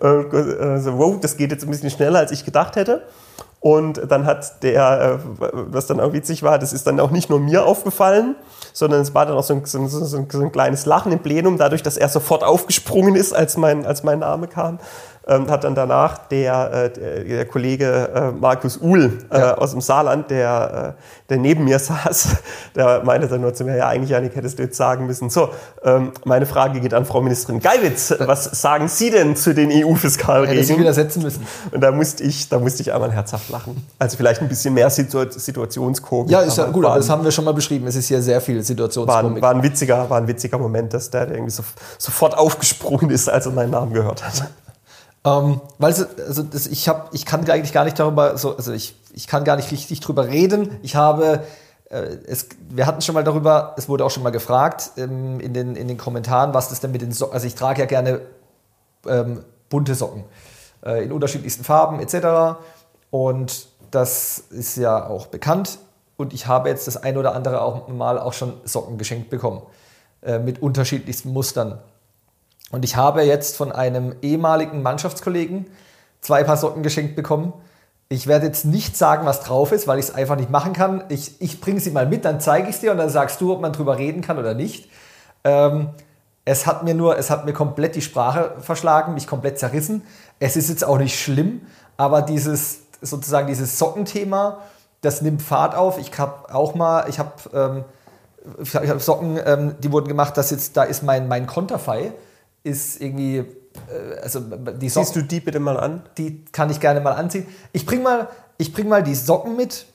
äh, so, wow, das geht jetzt ein bisschen schneller, als ich gedacht hätte. Und dann hat der, äh, was dann auch witzig war, das ist dann auch nicht nur mir aufgefallen, sondern es war dann auch so ein, so, so, so ein kleines Lachen im Plenum, dadurch, dass er sofort aufgesprungen ist, als mein, als mein Name kam. Ähm, hat dann danach der, äh, der, der Kollege äh, Markus Uhl äh, ja. aus dem Saarland, der, äh, der neben mir saß, der meinte dann nur zu mir, ja eigentlich, Yannick, hättest du jetzt sagen müssen, so, ähm, meine Frage geht an Frau Ministerin Geiwitz, was sagen Sie denn zu den E U-Fiskalregeln? Hätte sie wieder setzen müssen. Und da musste ich, da musste ich einmal herzhaft lachen. Also vielleicht ein bisschen mehr Situ- Situationskomik. Ja, ist ja gut, aber das haben wir schon mal beschrieben, es ist hier sehr viel Situationskomik. War, war, ein, witziger, war ein witziger Moment, dass der irgendwie so, sofort aufgesprungen ist, als er meinen Namen gehört hat. Ähm, weil also das, ich habe, ich kann eigentlich gar nicht darüber, so, also ich, ich kann gar nicht richtig drüber reden. Ich habe, äh, es, wir hatten schon mal darüber, es wurde auch schon mal gefragt ähm, in den in den Kommentaren, was das denn mit den Socken, also ich trage ja gerne ähm, bunte Socken äh, in unterschiedlichsten Farben et cetera. Und das ist ja auch bekannt. Und ich habe jetzt das ein oder andere auch mal auch schon Socken geschenkt bekommen äh, mit unterschiedlichsten Mustern. Und ich habe jetzt von einem ehemaligen Mannschaftskollegen zwei Paar Socken geschenkt bekommen. Ich werde jetzt nicht sagen, was drauf ist, weil ich es einfach nicht machen kann. Ich, ich bringe sie mal mit, dann zeige ich es dir und dann sagst du, ob man drüber reden kann oder nicht. Ähm, es hat mir nur, es hat mir komplett die Sprache verschlagen, mich komplett zerrissen. Es ist jetzt auch nicht schlimm, aber dieses, sozusagen dieses Sockenthema, das nimmt Fahrt auf. Ich habe auch mal, ich habe ähm, ich hab Socken, ähm, die wurden gemacht, dass jetzt, da ist mein, mein Konterfei. Ist irgendwie, äh, also die Socken... Siehst du die bitte mal an? Die kann ich gerne mal anziehen. Ich bring mal, ich bring mal die Socken mit,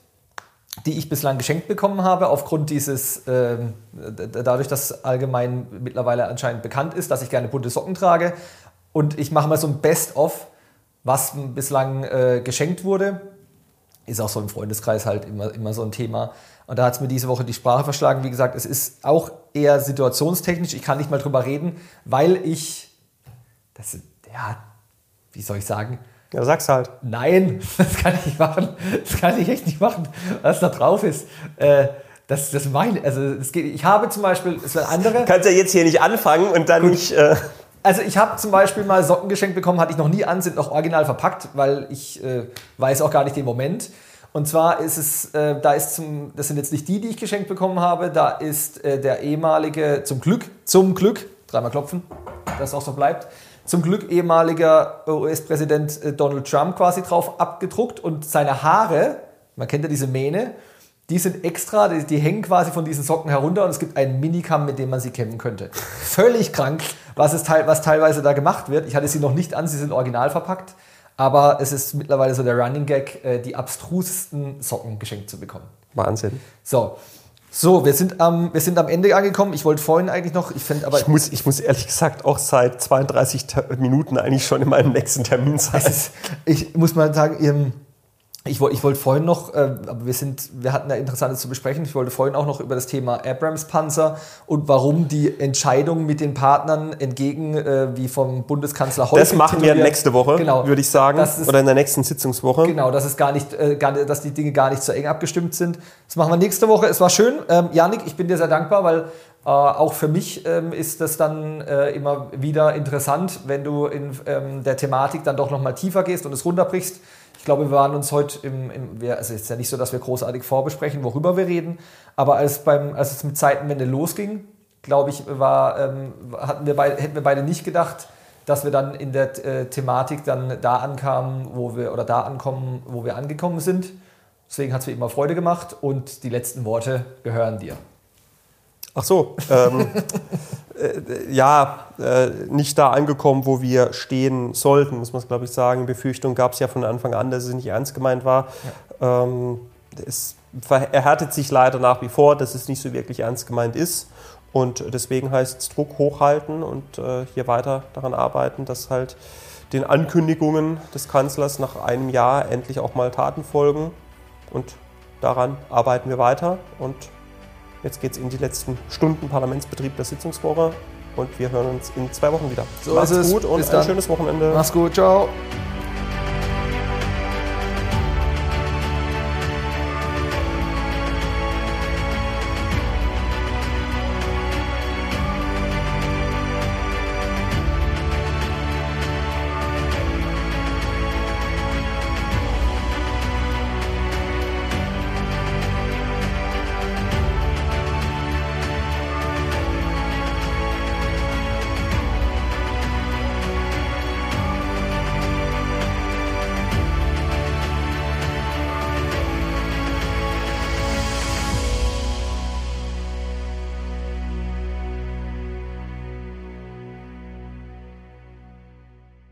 die ich bislang geschenkt bekommen habe, aufgrund dieses, äh, dadurch, dass allgemein mittlerweile anscheinend bekannt ist, dass ich gerne bunte Socken trage. Und ich mache mal so ein Best-of, was bislang äh, geschenkt wurde. Ist auch so im Freundeskreis halt immer, immer so ein Thema. Und da hat es mir diese Woche die Sprache verschlagen. Wie gesagt, es ist auch eher situationstechnisch. Ich kann nicht mal drüber reden, weil ich, das, ja, wie soll ich sagen? Ja, sag's halt. Nein, das kann ich nicht machen. Das kann ich echt nicht machen, was da drauf ist. Äh, das, das meine, also das geht. Ich habe zum Beispiel, es werden andere. Kannst ja jetzt hier nicht anfangen und dann Gut. nicht. Äh Also ich habe zum Beispiel mal Socken geschenkt bekommen, hatte ich noch nie an, sind noch original verpackt, weil ich äh, weiß auch gar nicht den Moment. Und zwar ist es, äh, da ist zum, das sind jetzt nicht die, die ich geschenkt bekommen habe, da ist äh, der ehemalige, zum Glück, zum Glück, dreimal klopfen, dass es auch so bleibt, zum Glück ehemaliger U S-Präsident äh, Donald Trump quasi drauf abgedruckt und seine Haare, man kennt ja diese Mähne, die sind extra, die, die hängen quasi von diesen Socken herunter und es gibt einen Minikamm, mit dem man sie kämmen könnte. Völlig krank, was, es teil, was teilweise da gemacht wird. Ich hatte sie noch nicht an, sie sind original verpackt. Aber es ist mittlerweile so der Running Gag, äh, die abstrusesten Socken geschenkt zu bekommen. Wahnsinn. So, so wir, sind am, wir sind am Ende angekommen. Ich wollte vorhin eigentlich noch... Ich, find, aber ich, muss, ich muss ehrlich gesagt auch seit zweiunddreißig Minuten eigentlich schon in meinem nächsten Termin sein. Ist, ich muss mal sagen... Ihr, Ich wollte ich wollt vorhin noch, äh, aber wir, sind, wir hatten ja Interessantes zu besprechen, ich wollte vorhin auch noch über das Thema Abrams-Panzer und warum die Entscheidung mit den Partnern entgegen, äh, wie vom Bundeskanzler häufig Das machen wir nächste Woche, genau, würde ich sagen, ist, oder in der nächsten Sitzungswoche. Genau, dass, es gar nicht, äh, gar, dass die Dinge gar nicht so eng abgestimmt sind. Das machen wir nächste Woche. Es war schön. Ähm, Yannick, ich bin dir sehr dankbar, weil äh, auch für mich ähm, ist das dann äh, immer wieder interessant, wenn du in ähm, der Thematik dann doch nochmal tiefer gehst und es runterbrichst. Ich glaube, wir waren uns heute, im, im, wir, also es ist ja nicht so, dass wir großartig vorbesprechen, worüber wir reden, aber als, beim, als es mit Zeitenwende losging, glaube ich, war, ähm, hatten wir beide, hätten wir beide nicht gedacht, dass wir dann in der äh, Thematik dann da ankamen, wo wir, oder da ankommen, wo wir angekommen sind. Deswegen hat es wie immer Freude gemacht und die letzten Worte gehören dir. Ach so, ähm, äh, ja, äh, nicht da angekommen, wo wir stehen sollten, muss man glaube ich sagen. Befürchtung gab es ja von Anfang an, dass es nicht ernst gemeint war. Ja. Ähm, es erhärtet sich leider nach wie vor, dass es nicht so wirklich ernst gemeint ist. Und deswegen heißt es Druck hochhalten und äh, hier weiter daran arbeiten, dass halt den Ankündigungen des Kanzlers nach einem Jahr endlich auch mal Taten folgen. Und daran arbeiten wir weiter. Und jetzt geht es in die letzten Stunden Parlamentsbetrieb der Sitzungswoche. Und wir hören uns in zwei Wochen wieder. So Macht's ist es. gut und Bis ein dann. schönes Wochenende. Mach's gut, ciao.